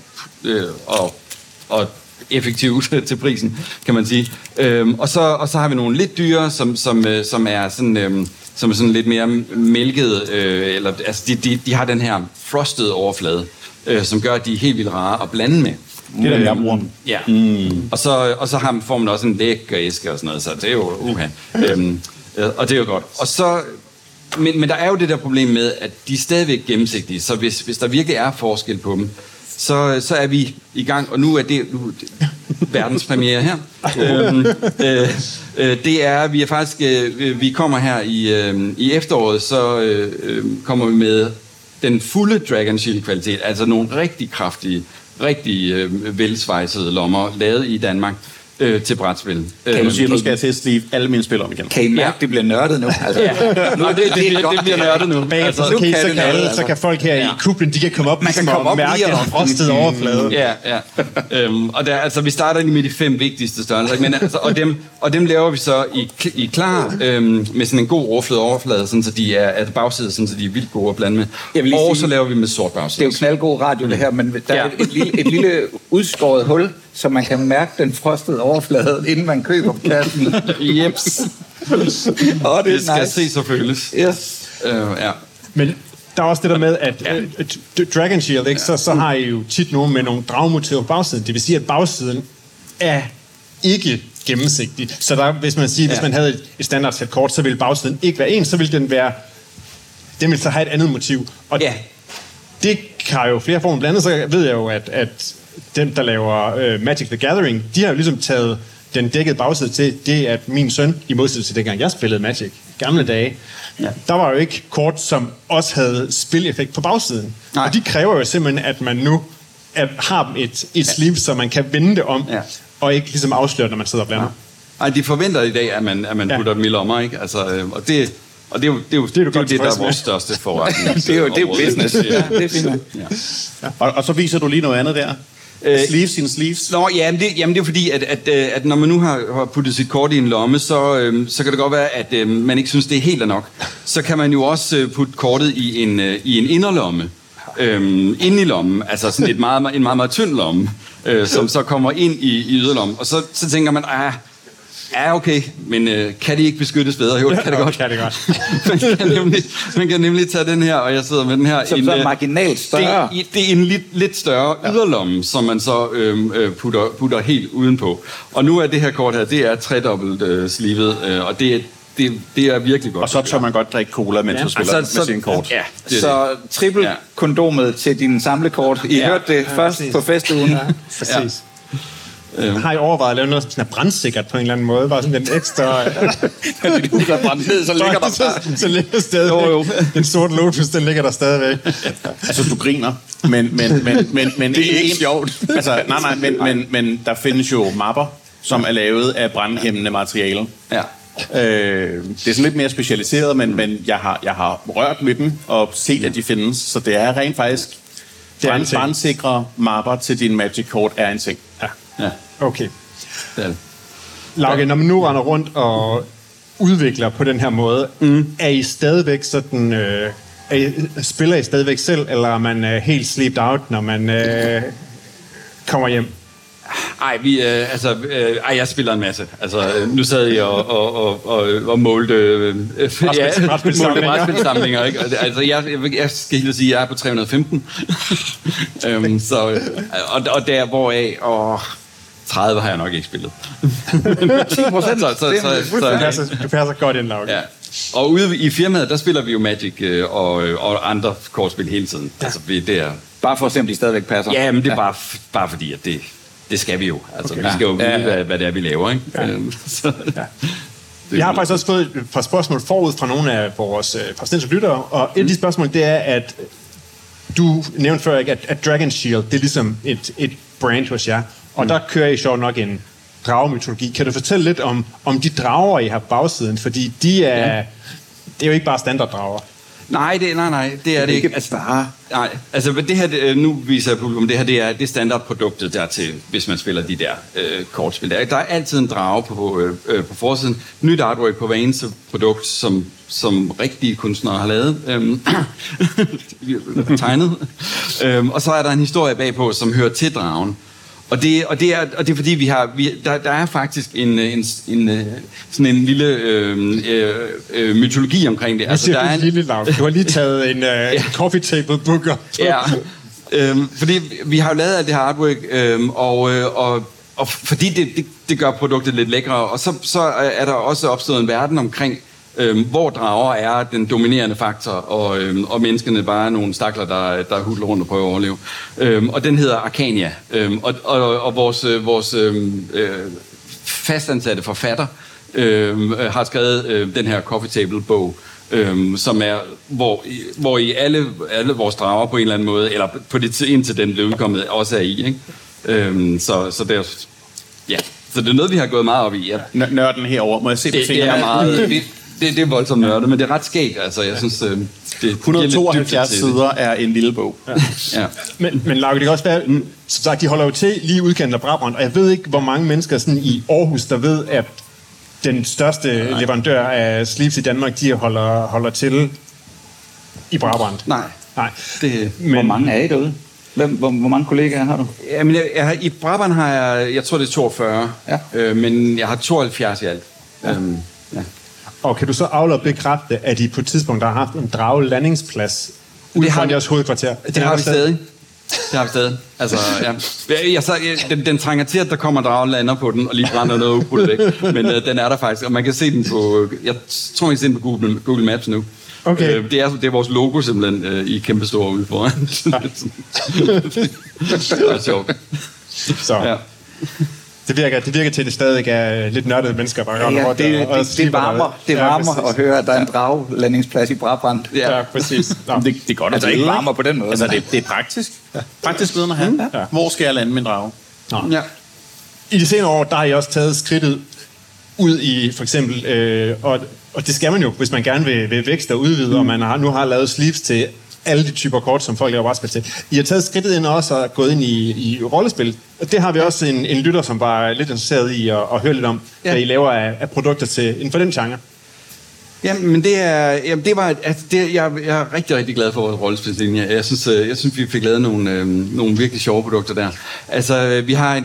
og effektivt til prisen, kan man sige. Og så har vi nogle lidt dyre, som er sådan... som er sådan lidt mere mælket, eller altså de har den her frosted overflade, som gør, at de er helt vildt rare at blande med. Det er den, jeg bruger. Ja. Og så får man også en lækkeræske og sådan noget, så det er jo og det er jo godt. Og så, men der er jo det der problem med, at de er stadigvæk gennemsigtige, så hvis der virkelig er forskel på dem, så er vi i gang, og nu er det verdenspremiere her. Det er, vi er faktisk, vi kommer her i efteråret, så kommer vi med den fulde Dragon Shield kvalitet, altså nogle rigtig kraftige, rigtig velsvejsede lommer, lavet i Danmark til brætspil. Kan du sige, at nu skal jeg til at sleeve alle mine spil om igen? Kan I mærke, det bliver nørdet nu? Altså, det bliver nørdet nu. Så kan folk her i kublen, de kan komme op og mærke den frostede overflade. Ja. Og der, altså, vi starter lige med de 5 vigtigste størrelser, men altså, og dem laver vi så i klar med sådan en god overflade, sådan så de er bagside, sådan så de er vildt gode at blande med. Og så laver vi med sort bagside. Det er jo knaldgod radio det her, men der er et lille udskåret hul, så man kan mærke den frostede overflade, inden man køber kassen. Jeps. Det skal se så føles. Yes. Ja. Men Der er også det der med, at Dragon Shield, ikke, så har I jo tit nogen med nogle dragmotiver på bagsiden. Det vil sige, at bagsiden er ikke gennemsigtig. Så der, hvis man havde et standard sæt kort, så ville bagsiden ikke være en, så ville den vil så have et andet motiv. Og det har jo flere former. Blandt andet så ved jeg jo, at dem, der laver Magic the Gathering, de har jo ligesom taget den dækkede bagside til det, at min søn, i modsætning til dengang jeg spillede Magic, gamle dage, der var jo ikke kort, som også havde spileffekt på bagsiden. Nej. Og de kræver jo simpelthen, at man nu har dem et sleeve, så man kan vende det om, og ikke ligesom afsløre, når man sidder og blander. Nej, de forventer i dag, at man putter dem i lommer, ikke? Altså, og det er jo det, der er vores største forretning. det er jo business. Ja, det er fint. Ja. Og så viser du lige noget andet der. Sleeves. Nå, det er fordi, at når man nu har puttet sit kort i en lomme, så kan det godt være, at man ikke synes, det er helt nok. Så kan man jo også putte kortet i en inderlomme. Inde i lommen, altså sådan en meget, meget tynd lomme, som så kommer ind i yderlommen. Og så tænker man, okay, men kan det ikke beskyttes bedre? Jo, det kan det godt. Kan det godt. man kan nemlig tage den her, og jeg sidder med den her. Som så er marginalt større. Det er en lidt større yderlomme, som man så putter helt udenpå. Og nu er det her kort her, det er tredobbelt slivet, og det er virkelig godt. Og så tør man godt drikke cola, mens du spiller med sin kort. Ja, så triple kondomet til din samlekort. I hørte det først på festugen. Ja, præcis. Har I overvejet at lave noget sådan brandsikkert på en eller anden måde? Bare sådan den ekstra... Det hus er brændt ned, så ligger der bare... Så ligger der stadigvæk. Jo. Den sorte Lotus, den ligger der stadigvæk. Altså, du griner, men det er ikke sjovt. Altså, men der findes jo mapper, som er lavet af brandhæmmende materiale. Ja. Det er sådan lidt mere specialiseret, men jeg har rørt med dem og set, at de findes. Så det er rent faktisk... Brandsikre mapper til din Magic-kort er en ting. Ja. Okay. Lauke, når man nu render rundt og udvikler på den her måde, er I stadigvæk sådan... spiller I stadigvæk selv, eller er man helt sleeped out, når man kommer hjem? Jeg spiller en masse. Altså, nu sad jeg og målte brætspilsamlinger, ikke? Altså, jeg skal helt sige, at jeg er på 315. Og der hvoraf 30 har jeg nok ikke spillet. 10%. Det passer godt ind, Lauke. Ja. Og ude i firmaet, der spiller vi jo Magic og andre kortspil hele tiden. Ja. Altså, det er... Bare for at se, om de stadigvæk passer. Ja, men det er bare fordi, at det skal vi jo. Altså, vi skal jo vide, hvad det er, vi laver, ikke? Ja. Jeg har faktisk også fået et par spørgsmål forud fra nogle af vores præsidenter lyttere, og et af de spørgsmål, det er, at du nævnte før, ikke, at Dragon Shield, det er ligesom et brand hos jer, og der kører I sjovt nok en dragemytologi. Kan du fortælle lidt om de drager, I har på bagsiden? Fordi det er jo ikke bare standarddrager. Nej, det er det ikke. Altså det her, nu viser jeg publikum, det her det er standardproduktet dertil, hvis man spiller de der kortspil. Der er altid en drage på forsiden. Nyt artwork på hver eneste produkt, som rigtige kunstnere har lavet. Tegnet. Og så er der en historie bagpå, som hører til dragen. Og det er fordi der er faktisk sådan en lille mytologi omkring det. Altså, der er en lille lav. Du har lige taget en coffee table booker. Ja. Fordi vi har jo lavet alt det her artwork, og fordi det gør produktet lidt lækre, og så er der også opstået en verden omkring hvor drager er den dominerende faktor, og menneskene bare er nogle stakler, der hudler rundt og prøver at overleve. Og den hedder Arcania. Og vores fastansatte forfatter har skrevet den her coffee table bog, som er, hvor i alle vores drager på en eller anden måde, eller på det indtil den blev udkommet, også er i. Ikke? Så det er... Ja, så det er noget, vi har gået meget op i. Ja. Nørden herover, må jeg se på fingrene? Det er meget... Det er voldsomt nørdet, men det er ret skægt. Altså, jeg synes, det 172 sider er en lille bog. Ja. Men Lauke, det kan også være, som sagt, de holder jo til lige udkanten af Brabrand, og jeg ved ikke, hvor mange mennesker sådan i Aarhus, der ved, at den største leverandør af sleeves i Danmark, de holder til i Brabrand. Nej. Hvor mange er I derude? Hvor mange kollegaer har du? Jamen, i Brabrand har jeg tror det er 42, men jeg har 72 i alt. Ja. Og kan du så aflede bekræfte, at I på et tidspunkt har haft en dragelandingsplads Ude fra jeres hovedkvarter. Det har vi stadig. Altså, den trænger til, at der kommer drager lander på den, og lige brænder noget ukrudt væk. Men den er der faktisk, og man kan se den på, jeg tror, man kan se den på Google Maps nu. Okay. Det er vores logo simpelthen i kæmpe store ude foran. Det er sjovt. Så. Ja. Det virker til, at det stadig er lidt nørdede mennesker. Det varmer at høre, at der er en draglandingsplads i Brabrand. Ja, præcis. Det er godt altså ikke varmer på den måde. Altså, det er praktisk. Ja. Praktisk viden at have. Ja. Hvor skal jeg lande min drage? Ja. I de senere år, der har I også taget skridtet ud i, for eksempel, og det skal man jo, hvis man gerne vil vækste og udvide, og man nu har lavet sleeves til alle de typer kort, som folk laver brætspil til. I har taget skridtet ind også og gået ind i rollespil. Og det har vi også en lytter, som var lidt interesseret i at høre lidt om, hvad I laver af produkter til inden for den genre. Jamen, jeg er rigtig, rigtig glad for vores rollespilslinje. Jeg synes, vi fik lavet nogle virkelig sjove produkter der. Altså,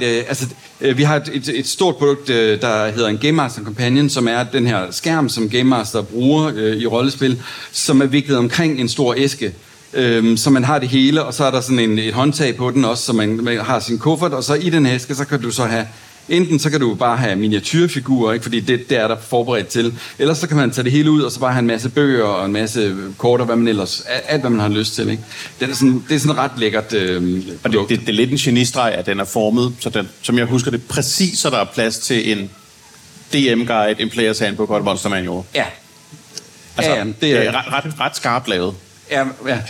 vi har et stort produkt, der hedder en Game Master Companion, som er den her skærm, som Game Master bruger i rollespil, som er viklet omkring en stor æske. Så man har det hele, og så er der sådan et håndtag på den også, så man har sin kuffert, og så i den æske, så kan du så have enten så kan du bare have miniatyrfigurer, ikke? Fordi det er der forberedt til. Ellers så kan man tage det hele ud, og så bare have en masse bøger og en masse kort, og hvad man ellers, alt hvad man har lyst til. Ikke? Det er sådan ret lækkert og det er lidt en genistreg, at den er formet, så den, som jeg husker det, præcis så der er plads til en DM-guide, en players handbook og et monster manual. Ja. Altså, det er ret skarpt lavet. Ja,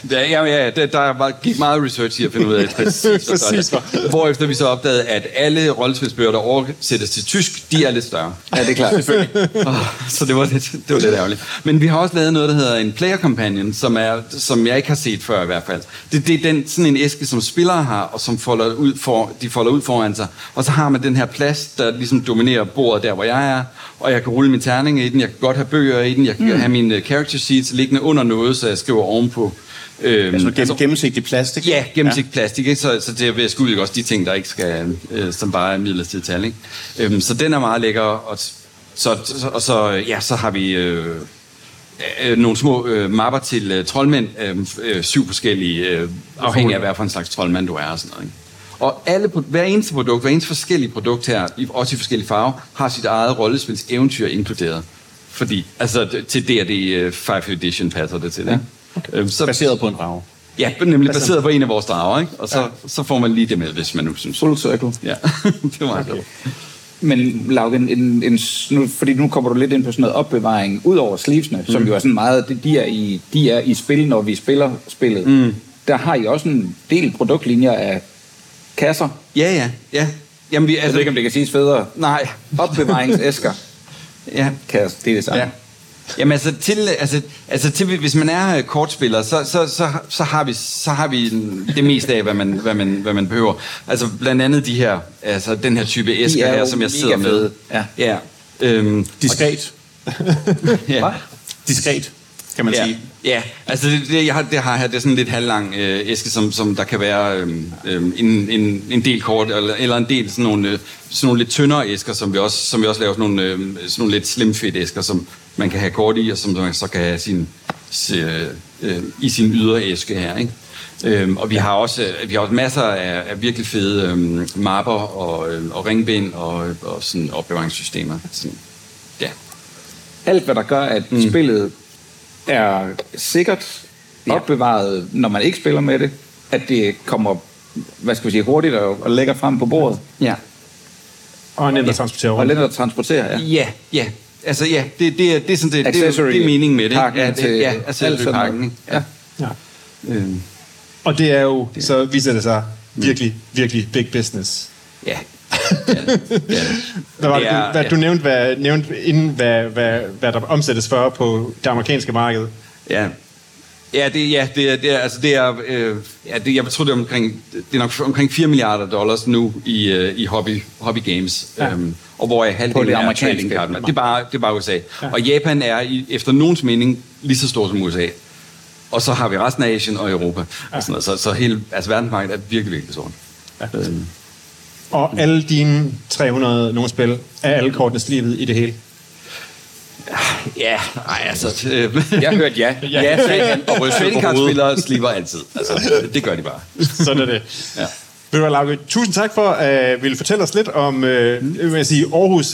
der gik meget research i at finde ud af det præcis. Hvorefter vi så opdagede, at alle rollespilsbøger, der oversættes til tysk, de er lidt større. Ja, det er klart, selvfølgelig. Så det var lidt ærgerligt. Men vi har også lavet noget, der hedder en player companion, som jeg ikke har set før i hvert fald. Det er sådan en æske, som spillere har, og som folder ud foran sig. Og så har man den her plads, der ligesom dominerer bordet der, hvor jeg er. Og jeg kan rulle min terning i den, jeg kan godt have bøger i den, jeg kan have mine character sheets liggende under noget, så jeg skriver ovenpå. Altså gennemsigtig plastik? Ja, gennemsigtig plastik, ikke? Så det vil jeg sgu ikke også de ting, der ikke skal, som bare er midlertidigt tal, ikke? Så den er meget lækker, og så har vi nogle små mapper til troldmænd, 7 forskellige, afhængig af hvad for en slags troldmand du er og sådan noget, ikke? Og hver eneste produkt, hver eneste forskellige produkt her, også i forskellige farver, har sit eget rollespils eventyr inkluderet. Fordi, altså til D&D 5th edition passer det til, ikke? Okay. Baseret på en drage. Ja, nemlig baseret på en af vores drager, ikke? Og så får man lige det med, hvis man nu synes. Full circle. Ja, det var okay. Men Laugen, fordi nu kommer du lidt ind på sådan noget opbevaring, ud over sleevesene, som jo er sådan meget, de er i spil, når vi spiller spillet. Der har I også en del produktlinjer af kasser. Ja. Jamen, jeg ved ikke, om det kan siges federe. Nej. Opbevaringsæsker. Ja. Kasser, det er det samme. Ja. Jamen til hvis man er kortspiller, så har vi det meste af, hvad man behøver. Altså blandt andet de her, altså den her type æsker her, som jeg sidder med. Ja. Diskret. Ja. Diskret, kan man sige. Ja, altså det har her, det er sådan en lidt halvlang æske, som der kan være en del kort, eller en del sådan nogle lidt tyndere æsker, som vi også laver sådan nogle lidt slim fit æsker, som man kan have kort i, og som man så kan have i sin ydre æske her, ikke? Og vi har også masser af virkelig fede mapper og ringbind og sådan opbevaringssystemer. Sådan, ja. Alt hvad der gør, at spillet er sikkert opbevaret, når man ikke spiller med det, at det kommer, hurtigt og lægger frem på bordet. Ja. Og nemt at transportere rundt. Og nemt at transportere, ja. Altså ja, det er sådan det er meningen med det. Accessory-pakken. Ja. Og det er jo, så viser det sig virkelig, virkelig big business. Ja. Du nævnte inden, hvad der omsættes for på det amerikanske marked. Ja. Jeg tror det er nok omkring $4 milliarder nu i hobby games. Ja. Og hvor er halvdelen af trading card. Det er bare USA. Ja. Og Japan er efter nogens mening lige så stor som USA. Og så har vi resten af Asien og Europa. Ja. Og sådan noget. Så hele verdensmarkedet er virkelig, virkelig stort. Ja. Og alle dine 300 nogle spil, er alle kortene slivet i det hele? Ja, nej, altså... Jeg hørte ja. Ja, sagde han. Og trading card-spillere slipper altid. Altså, det gør de bare. Sådan er det. Ja. Ved du, Lauke, tusind tak for at ville fortælle os lidt om Aarhus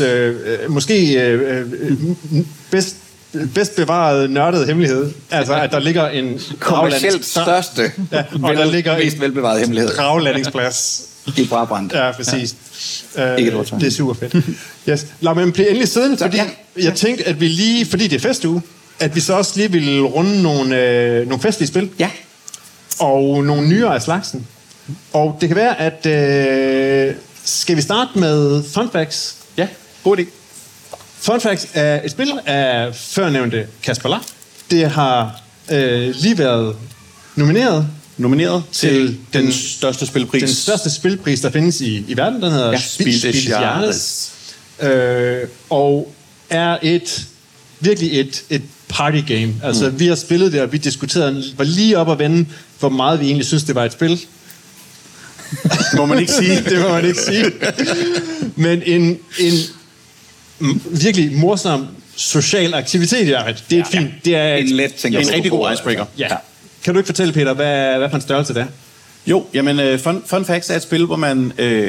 bedst bevaret nørdede hemmelighed. Altså, at der ligger en kommercielt største, og der ligger mest velbevaret hemmelighed. Gravlandingsplads. I Brabrand. Ja, præcis. Ja. Ikke et ord, det er super fedt. Yes. Lad mig blive endelig siddende, fordi jeg tænkte, at vi lige, fordi det er festuge, at vi så også lige ville runde nogle festlige spil. Ja. Og nogle nyere af slagsen. Og det kan være, at... skal vi starte med Fun Facts? Ja, god idé. Fun Facts er et spil af førnævnte Kasper Lapp. Det har lige været nomineret til den største spilpris. Den største spilpris, der findes i verden. Den hedder Spiel des Jahres. Og er virkelig et party game. Altså, vi har spillet det, og vi diskuterede, var lige op at vende, hvor meget vi egentlig synes, det var et spil. Det må man ikke sige. Det må man ikke sige. Men en virkelig morsom social aktivitet, Jared. Det er et fint. Det er en let ting. En rigtig god icebreaker. Ja. Kan du ikke fortælle, Peter, hvad for en størrelse det er? Jo, jamen Fun Facts er et spil, hvor man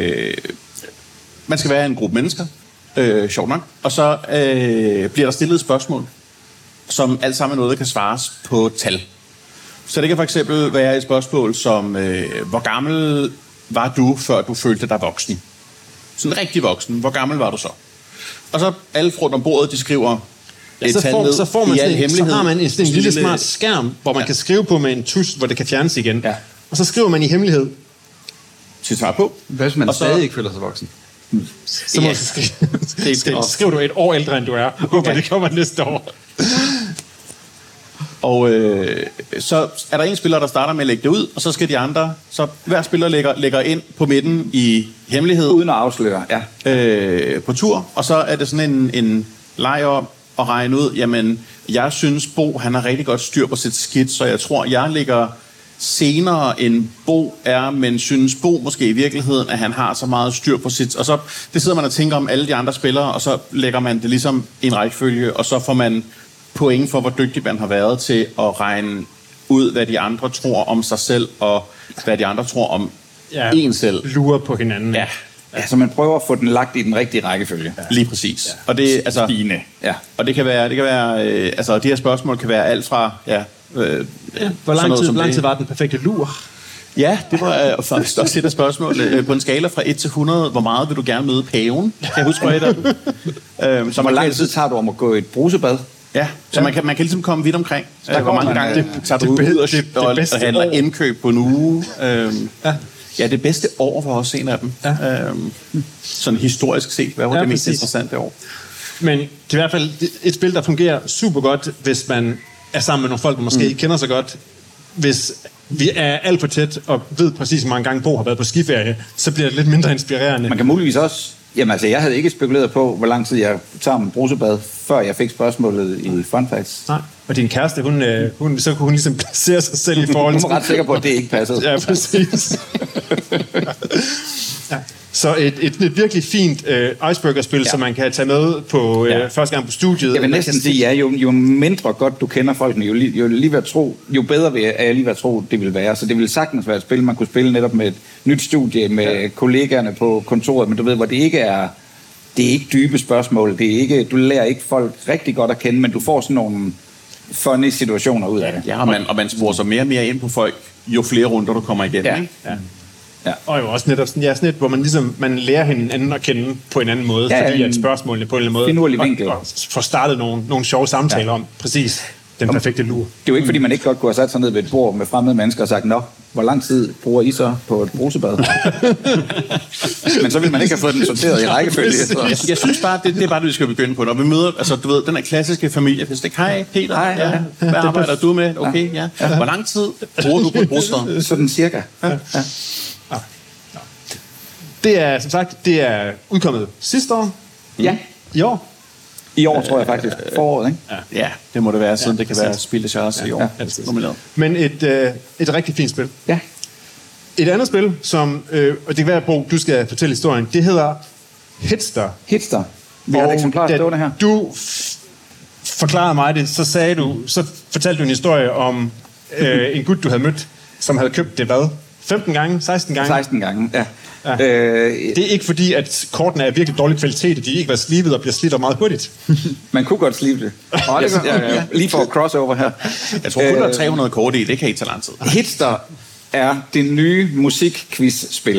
skal være en gruppe mennesker, sjovt nok, og så bliver der stillet et spørgsmål, som alt sammen er noget, der kan svares på tal. Så det kan for eksempel være et spørgsmål som, hvor gammel var du, før du følte dig voksen? Sådan rigtig voksen. Hvor gammel var du så? Og så alle rundt om bordet, de skriver et tal ned. Så får man så har man en lille smart skærm, hvor man kan skrive på med en tus, hvor det kan fjernes igen. Ja. Og så skriver man i hemmelighed. Til svar på. Hvad hvis man stadig ikke føler sig voksen? Så må du skrive du et år ældre, end du er. Håber det kommer næste år. Og så er der en spiller, der starter med at lægge det ud, og så skal de andre, så hver spiller lægger ind på midten i hemmelighed. Uden at afsløre, ja. På tur, og så er det sådan en leg om at regne ud, jamen, jeg synes Bo, han har rigtig godt styr på sit skidt, så jeg tror, jeg ligger senere end Bo er, men synes Bo måske i virkeligheden, at han har så meget styr på sit... Og så det sidder man og tænker om alle de andre spillere, og så lægger man det ligesom i en rækkefølge, og så får man point for, hvor dygtig man har været til at regne ud, hvad de andre tror om sig selv, og hvad de andre tror om en selv. Lurer på hinanden. Ja. Ja, så man prøver at få den lagt i den rigtige rækkefølge. Ja. Lige præcis. Ja. Og det altså fine. Ja. Og det kan være altså de her spørgsmål kan være alt fra hvor lang tid var den perfekte lur? Ja, det var faktisk også et af spørgsmål. På en skala fra 1 til 100, hvor meget vil du gerne møde paven? Kan jeg huske, et af dem? Så hvor lang tid tager du om at gå i et brusebad? Ja, så man kan ligesom komme vidt omkring. Hvor mange gange tager du ud og handler indkøb på en uge? Ja, det bedste år var også en af dem. Ja. Sådan historisk set, hvad var det mest interessante år? Men det er i hvert fald et spil, der fungerer super godt, hvis man er sammen med nogle folk, der måske ikke kender så godt. Hvis vi er alt for tæt og ved præcis, hvor mange gange Bo har været på skiferie, så bliver det lidt mindre inspirerende. Man kan muligvis også... Jamen altså, jeg havde ikke spekuleret på, hvor lang tid jeg tager med brusebad, før jeg fik spørgsmålet i Fun Facts. Nej, og din kæreste, så kunne hun ligesom placere sig selv i forhold til... Hun var ret sikker på, at det ikke passede. Ja, præcis. Ja. Så et virkelig fint icebreaker-spil, som man kan tage med på første gang på studiet. Jeg vil næsten sige, jo mindre godt du kender folkene, jo bedre er jeg lige ved at tro, det vil være. Så det ville sagtens være et spil, man kunne spille netop med et nyt studie, med kollegaerne på kontoret, men du ved, hvor det er ikke dybe spørgsmål. Det er ikke, du lærer ikke folk rigtig godt at kende, men du får sådan nogle funny situationer ud af det. Ja, og man sporer sig mere og mere ind på folk, jo flere runder du kommer igennem. Ja. Ikke? Ja. Ja. Og jo også netop sådan et, hvor man ligesom man lærer hinanden at kende på en anden måde, fordi at spørgsmålene på en eller anden måde og får startet nogle sjove samtaler om præcis den perfekte lur. Det er jo ikke, fordi man ikke godt kunne have sat sig ned ved et bord med fremmede mennesker og sagt, nå, hvor lang tid bruger I så på et brusebad? Men så vil man ikke have fået den sorteret i rækkefølge. Jeg synes bare, det er bare det, vi skal begynde på. Når vi møder, altså du ved, den her klassiske familie, hvis det ikke, hej Peter, hej. Hvad arbejder du med? Okay, ja. Hvor lang tid bruger du på et brusebad? Sådan cirka. Ja. Det er, som sagt, det er udkommet sidste år. Ja. I år. I år, tror jeg faktisk. Foråret, ikke? Ja, det må det være, siden det kan være Spiel des Jahres i år. Men et rigtig fint spil. Ja. Et andet spil, som, og det kan være, Bo, du skal fortælle historien, det hedder Hitster. Hitster. Vi har et eksemplar stående her. Du forklarede mig det, så fortalte du en historie om en gut, du havde mødt, som havde købt det, hvad? 15 gange? 16 gange? 16 gange, ja. Ja. Det er ikke fordi, at kortene er virkelig dårlig kvalitet, og de ikke var slivet og bliver slidt og meget hurtigt. Man kunne godt slive det. Lige for crossover her. Jeg tror kun, der er 300 kort i. Det kan ikke tage lang tid. Hitster er det nye musikquiz-spil.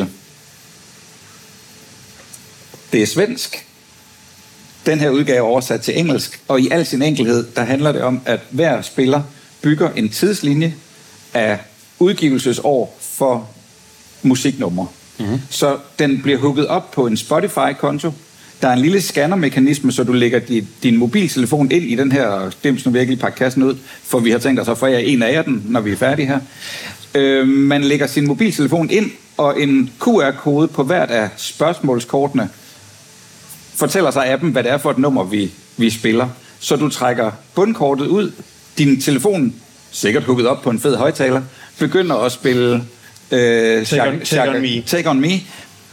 Det er svensk. Den her udgave er oversat til engelsk, og i al sin enkelhed, der handler det om, at hver spiller bygger en tidslinje af udgivelsesår for musiknumre. Mm-hmm. Så den bliver hugget op på en Spotify-konto. Der er en lille scannermekanisme, så du lægger din mobiltelefon ind i den her dims, nu virkelig pakke kassen ud, for vi har tænkt os at forære en af jer den, når vi er færdige her. Man lægger sin mobiltelefon ind, og en QR-kode på hvert af spørgsmålskortene fortæller sig appen, hvad det er for et nummer, vi spiller. Så du trækker bundkortet ud, din telefon, sikkert hugget op på en fed højtaler, begynder at spille Take On Me.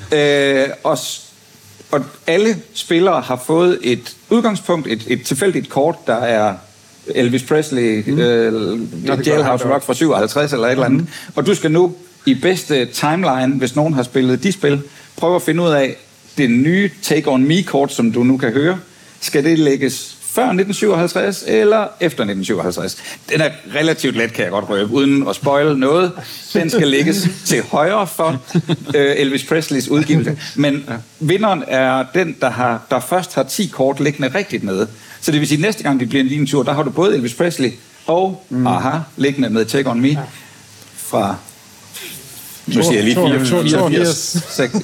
Og alle spillere har fået et udgangspunkt, et tilfældigt kort, der er Elvis Presley, Jailhouse Rock fra 57 eller et eller andet. Og du skal nu i bedste timeline, hvis nogen har spillet de spil, prøve at finde ud af det nye Take On Me-kort, som du nu kan høre. Skal det lægges før 1957 eller efter 1957? Den er relativt let, kan jeg godt røbe, uden at spoile noget. Den skal lægges til højre for Elvis Presleys udgivelse. Men vinderen er den, der først har 10 kort liggende rigtigt nede. Så det vil sige, at næste gang det bliver en lignende tur, der har du både Elvis Presley og Aha liggende med Take On Me fra... Nu siger jeg lige 84.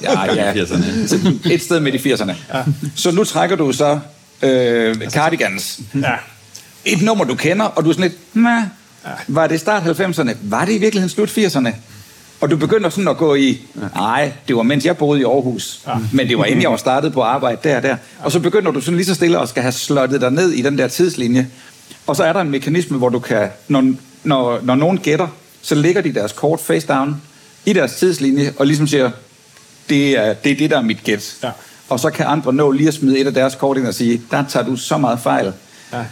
Et sted midt i 80'erne. Ja. Så nu trækker du så Cardigans. Ja. Et nummer, du kender, og du er sådan lidt, var det start 90'erne? Var det i virkeligheden slut 80'erne? Og du begynder sådan at gå i, nej, det var mens jeg boede i Aarhus, men det var inden jeg var startet på arbejde der. Og så begynder du sådan lige så stille og skal have slottet dig ned i den der tidslinje. Og så er der en mekanisme, hvor du kan, når nogen gætter, så lægger de deres kort face down i deres tidslinje, og ligesom siger, det er det, der er mit gæt. Ja. Og så kan andre nå lige at smide et af deres kort ind og sige, der tager du så meget fejl. Ja.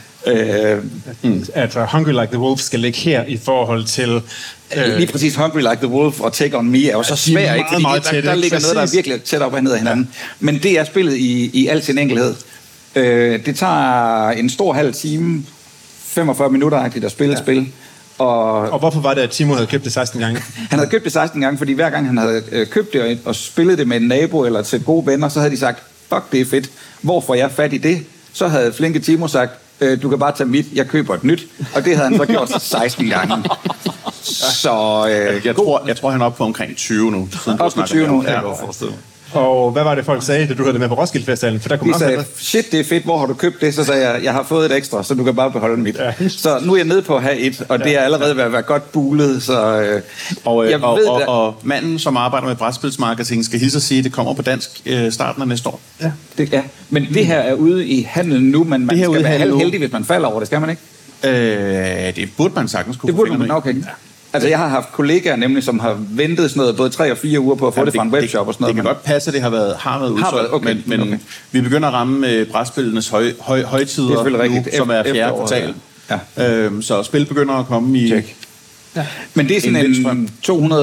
At Hungry Like the Wolf skal ligge her i forhold til... Lige præcis Hungry Like the Wolf og Take On Me er jo så svært, ikke? Fordi der ligger noget, der er virkelig tæt op og ned af hinanden. Ja. Men det er spillet i al sin enkelhed. Det tager en stor halv time, 45 minutter-agtigt at spille et spil. Og hvorfor var det, at Timo havde købt det 16 gange? Han havde købt det 16 gange, fordi hver gang han havde købt det og spillet det med en nabo eller til gode venner, så havde de sagt, fuck, det er fedt. Hvor får jeg fat i det? Så havde flinke Timo sagt, du kan bare tage mit, jeg køber et nyt. Og det havde han så gjort 16 gange. Så jeg tror, han er oppe på omkring 20 nu. Op på 20 nu, ja. Og hvad var det, folk sagde, da du havde det med på Roskilde Festivalen? For der kunne de sagde, shit, det er fedt, hvor har du købt det? Så sagde jeg har fået et ekstra, så du kan bare beholde mit. Ja. Så nu er jeg nede på at have et, og det er allerede ved at være godt bulet. Så, og manden, som arbejder med brætspilsmarketing, skal hilse at sige, at det kommer på dansk starten af næste år. Ja. Men det her er ude i handel nu, men man skal være heldig, hvis man falder over det, skal man ikke? Det burde man sagtens kunne. Det burde man, okay. Ja. Altså, jeg har haft kollegaer nemlig, som har ventet sådan noget, både 3 og 4 uger på at få det fra en webshop og sådan noget. Det kan godt passe, at det har været udsolgt, okay, men vi begynder at ramme brætspillenes højtider nu, som er 4. kvartal. Ja. Så spil begynder at komme i... Ja. Men det er sådan en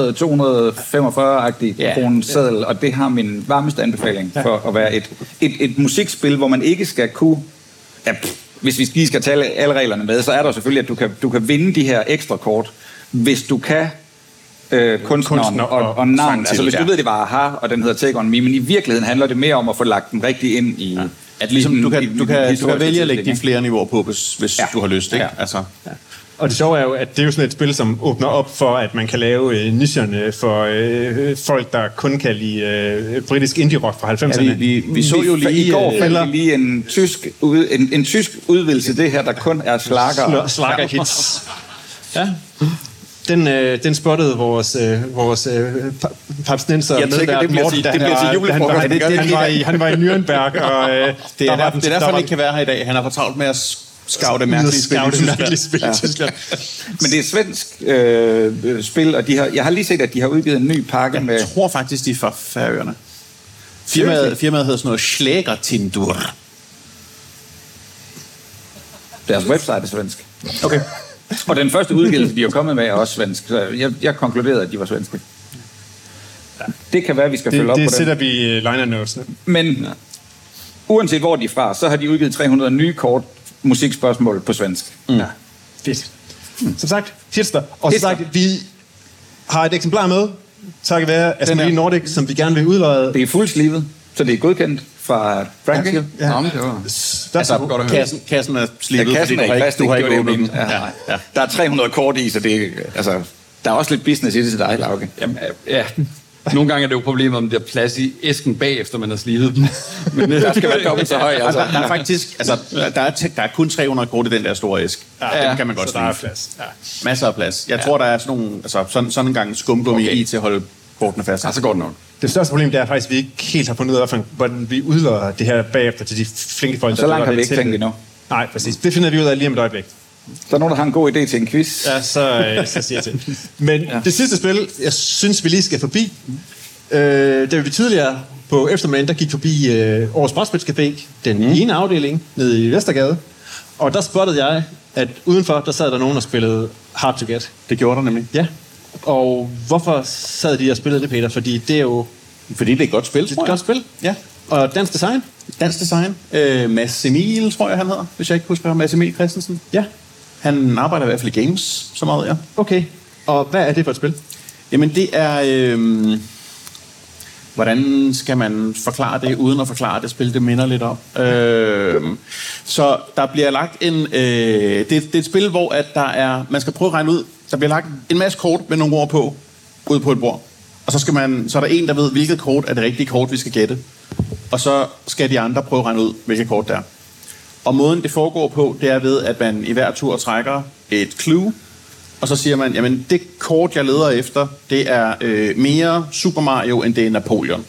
200-245-agtig kroneseddel, og det har min varmeste anbefaling for at være et musikspil, hvor man ikke skal kunne... Ja, hvis vi lige skal tale alle reglerne med, så er der selvfølgelig, at du kan vinde de her ekstra kort, hvis du kan kunstneren og navn. Altså hvis du ved, det var Aha, og den hedder Take On Me, men i virkeligheden handler det mere om at få lagt den rigtig ind i... At ligesom, du kan vælge at lægge de flere niveauer på, hvis du har lyst. Ikke? Ja. Altså. Ja. Og det sjove er jo, at det er jo sådan et spil, som åbner op for, at man kan lave nicherne for folk, der kun kan lide britisk indie-rock fra 90'erne. Ja, vi så jo lige... I går fandt vi lige en tysk udvidelse, det her, der kun er slagerhits. Ja. Den spottede vores papsnenser medvært Morten, det bliver til julefrokost. Han var i Nürnberg, og det er derfor, han ikke kan være her i dag. Han har for travlt med at scoute mærkelige spil i Tyskland. Men det er et svensk spil, og jeg har lige set, at de har udgivet en ny pakke med... Jeg tror faktisk, de er fra Færøerne. Firmaet hedder sådan noget Schlägertindur. Deres website er svensk. Okay. Og den første udgivelse, de er kommet med, er også svensk. Så jeg konkluderede, at de var svenske. Det kan være, at vi skal følge op på det. det. Det sætter vi i liner notesene. Men uanset hvor de er fra, så har de udgivet 300 nye kort musikspørgsmål på svensk. Ja, fedt. Som sagt, Hitster. Og som sagt, vi har et eksemplar med, takket være Asmodee Nordic, som vi gerne vil udløje. Det er fuldslivet, så det er godkendt fra Frankie. Ja. Nå, men det var... Altså, godt at høre. kassen er slippet, Ja, kassen fordi er i plastik, du har det ikke var det, åbnet jeg den. mente. Ja. Der er 300 kort i, så det altså, der er også lidt business i det til dig, Lauke. Jamen, ja. Nogle gange er det jo problemet, om der er plads i æsken bagefter, man har slidet dem. Men der skal være dobbelt så høj. Altså. Der er faktisk, altså, der er kun 300 kort i den der store æske. Ja, det kan man godt der er sige. plads. Ja. Masser af plads. Jeg tror, der er sådan nogle, altså, sådan en gang skumgummi i til at holde kortene fast. Ja, så går det nok. Det største problem, det er faktisk, at vi ikke helt har fundet ud af, hvordan vi udløjer det her bagefter til de flinke folk, Så langt har vi ikke til tænkt det. endnu. Nej, præcis. Det finder vi ud af lige om et øjeblik. Så er nogen, der har en god idé til en quiz. Ja, så siger jeg til. Men det sidste spil, jeg synes, vi lige skal forbi, da vi tidligere på eftermiddagen, der gik forbi Aarhus Brætspilscafé, den ene afdeling nede i Vestergade, og der spottede jeg, at udenfor, der sad der nogen og spillede Hard to Get. Det gjorde der nemlig. Ja. Og hvorfor sad de og spillede det, Peter? Fordi det er jo Fordi det er et godt spil, et godt spil. Ja. Og dansk design? Dansk design. Mads Emil, tror jeg, han hedder. Hvis jeg ikke husker. Mads Emil Christensen. Ja. Han arbejder i hvert fald i games, så meget, ja. Okay. Og hvad er det for et spil? Jamen, det er... hvordan skal man forklare det, uden at forklare det spil, det minder lidt om? Så der bliver lagt en... det er et spil, hvor at der er... Man skal prøve at regne ud. Der bliver lagt en masse kort med nogle ord på, ude på et bord. Og så er der en, der ved, hvilket kort er det rigtige kort, vi skal gætte. Og så skal de andre prøve at regne ud, hvilket kort det er. Og måden, det foregår på, det er ved, at man i hver tur trækker et clue, og så siger man, jamen det kort, jeg leder efter, det er mere Super Mario, end det er Napoleon.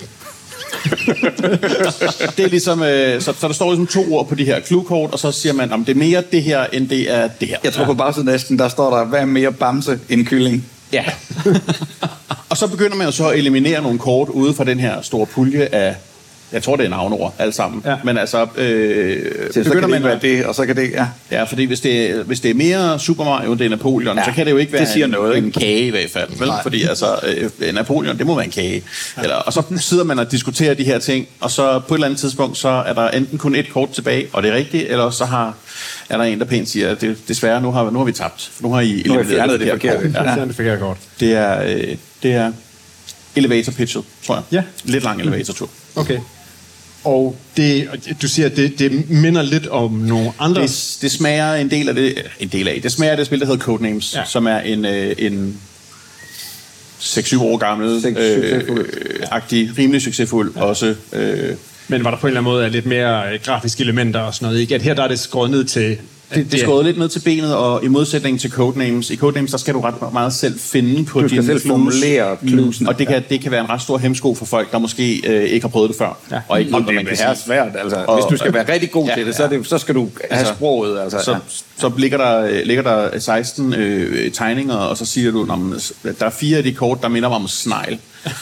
Det er ligesom, så der står ligesom 2 ord på de her clue-kort, og så siger man, jamen det er mere det her, end det er det her. Jeg tror på bagsiden næsten, der står der, hvad er mere bamse end kylling? Ja. Og så begynder man jo så at eliminere nogle kort ude fra den her store pulje af, jeg tror det er navnord, alle sammen. Ja. Men altså, Så kan det være det, og så kan det, ja. Ja, fordi hvis det er mere Super Mario, det er Napoleon, Ja, så kan det jo ikke være det siger noget, en ikke? kage i hvert fald. Vel? Fordi altså, Napoleon, det må være en kage. Eller, og så sidder man og diskuterer de her ting, og så på et eller andet tidspunkt, så er der enten kun et kort tilbage, og det er rigtigt, eller så er der en, der pænt siger, at desværre, nu har vi tabt. Nu har I fjernet det forkerte. Ja. Det fik jeg godt. Det er elevator pitchet, tror jeg. Ja. Lidt lang elevator-tur. Okay. Og du siger, at det minder lidt om nogle andre... Det smager en del af det smager af det spil, der hedder Codenames, Ja. som er en 6-7 år gammel, agtig, rimelig succesfuld, også. Men var der på en eller anden måde lidt mere grafiske elementer og sådan noget, ikke? At her der er det skåret ned til... Det er skåret lidt ned til benet, og i modsætning til Codenames, i Codenames, der skal du ret meget selv finde på Du skal dine selv formulere cluesene. Og det kan være en ret stor hemsko for folk, der måske ikke har prøvet det før. Ja. Og ikke ved, hvad man kan Det er sige. svært, altså. Og- Hvis du skal være rigtig god til det, så skal du have Altså, sproget. Altså, Så ligger der 16 tegninger, og så siger du, der er 4 af de kort, der minder mig om snegl.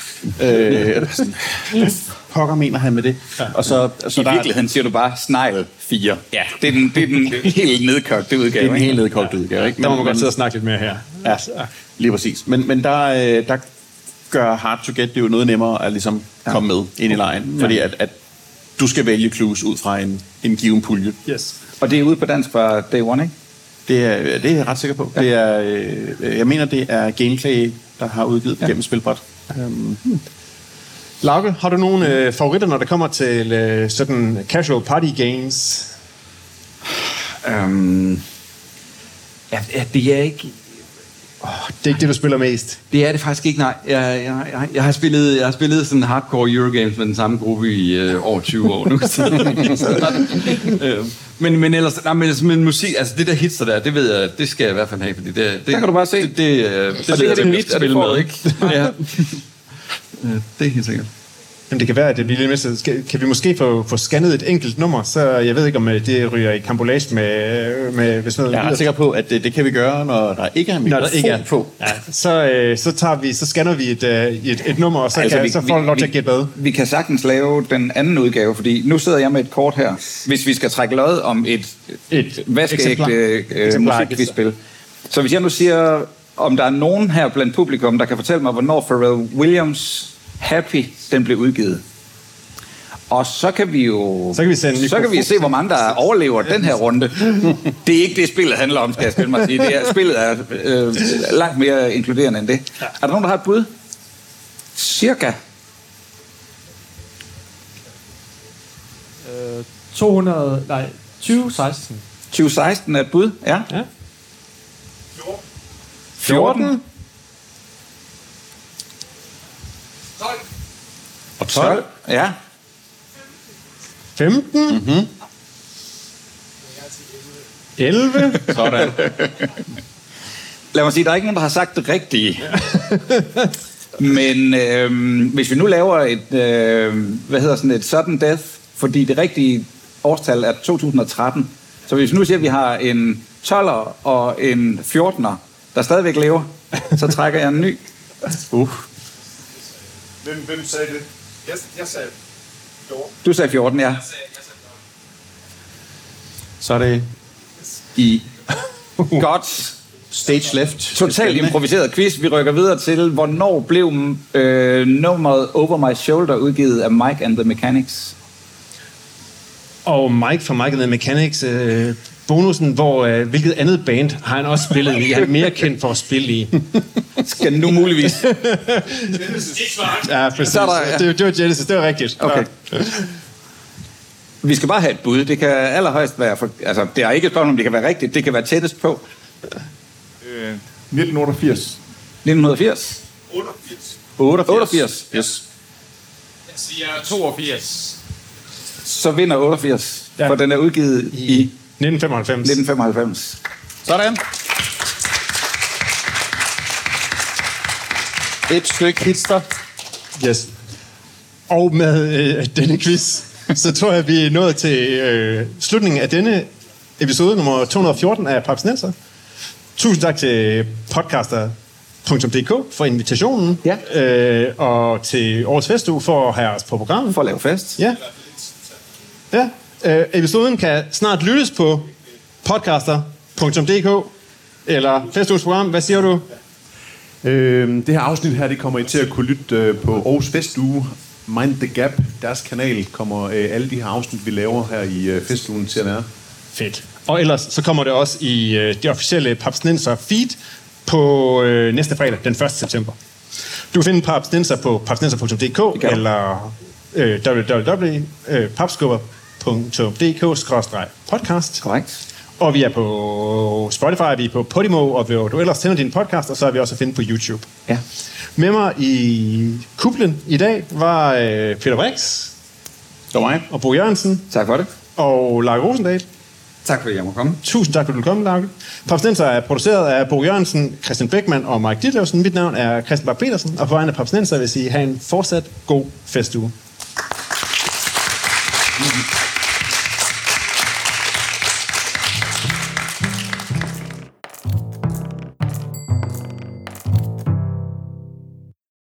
Pokker mener han med det. Og så I virkeligheden siger du bare snegl 4. Ja. Det er den helt nedkogte udgave. det er en ikke? helt nedkogt udgave, ikke? Der må man godt sidde og snakke lidt mere her. Ja, lige præcis. Men der gør Hard to Get det jo noget nemmere at ligesom komme med ind i lejen. Fordi at du skal vælge clues ud fra en given pulje. Yes. Og det er ude på dansk fra Day One, ikke? Det er jeg ret sikker på. Ja. Det er, jeg mener, det er Gameplay, der har udgivet gennem spilbræt. Lauke, har du nogle favoritter, når det kommer til sådan casual party games? Det er ikke... Det er ikke det, du spiller mest. Det er det faktisk ikke, nej. Jeg har spillet sådan hardcore Eurogames med den samme gruppe i over 20 år nu. Men ellers, men musik, altså det der hitser der, det ved jeg, det skal jeg i hvert fald have, fordi det kan du bare se. Det det er det mit, spil og det får med, du. ikke? Ja. Det er helt sikkert. Jamen, det kan være, at det bliver lidt mere. Kan vi måske få scannet et enkelt nummer, så jeg ved ikke, om det ryger i kambolage med hvis noget. Jeg er ret sikker på, at det kan vi gøre, når der ikke er mikrofon på. Ja, så scanner vi et nummer, og så får du lov til at gætte hvad. Vi kan sagtens lave den anden udgave, fordi nu sidder jeg med et kort her. Hvis vi skal trække lod om et vaskeægte musikquizspil. Så hvis jeg nu siger, om der er nogen her blandt publikum, der kan fortælle mig, hvornår Pharrell Williams Happy, den blev udgivet. Og så kan vi jo se, hvor mange der overlever den her runde. Det er ikke det, spillet handler om, skal jeg skille mig at sige. Spillet er langt mere inkluderende end det. Er der nogen, der har et bud? Cirka. 2016. 2016 er et bud, ja. 14. Og 12. Ja. 15. Mm-hmm. 11. Sådan. Lad mig sige, der er ikke nogen, der har sagt det rigtige. Men hvis vi nu laver et sudden death, fordi det rigtige årstal er 2013, så hvis vi nu siger, at vi har en 12'er og en 14'er, der stadigvæk lever, så trækker jeg en ny. Hvem sagde det? Jeg sagde 14. Du sagde 14, ja. Så er det i godt stage left. Totalt improviseret quiz. Vi rykker videre til, hvornår blev nummeret Over My Shoulder udgivet af Mike and the Mechanics? Og Mike fra Mike and the Mechanics, bonusen, hvilket andet band har han også spillet i? Han er mere kendt for at spille i. Skal nu muligvis. Ja, præcis. Det var Genesis, det var rigtigt. Okay. Vi skal bare have et bud. Det kan allerhøjst være... Altså, det er ikke et spørgsmål, om det kan være rigtigt. Det kan være tættest på. 1988. 1980? 88. Yes. Jeg siger 82. Så vinder 88, for den er udgivet i 1995. Sådan. Et stykke hitster. Yes. Og med denne quiz, så tror jeg, vi er nået til slutningen af denne episode nummer 214 af Papsnenser. Tusind tak til podcaster.dk for invitationen, og til Årets Festuge for at have os på programmet. For at lave fest. Ja. Episoden kan snart lyttes på podcaster.dk eller Festuges program. Hvad siger du? Det her afsnit her, det kommer I til at kunne lytte på Aarhus Festuge. Mind the Gap, deres kanal, kommer alle de her afsnit, vi laver her i festugen til at være. Fedt. Og ellers så kommer det også i det officielle Papsnenser feed på næste fredag, den 1. september. Du kan finde Papsnenser på papsnenser.dk eller www.papskubber.dk/podcast. Korrekt. Og vi er på Spotify, vi er på Podimo, og hvor du ellers tænder din podcast, og så er vi også at finde på YouTube. Ja. Med mig i kuplen i dag var Peter Brix. Det var mig. Og Bo Jørgensen. Tak for det. Og Lars Rosendal. Tak fordi jeg må komme. Tusind tak, fordi du kom, Lars. Papsnenser er produceret af Bo Jørgensen, Christian Beckmann og Mike Ditlevsen. Mit navn er Christian Bak Petersen, og på vegne af Papsnenser vil jeg sige, have en fortsat god festuge.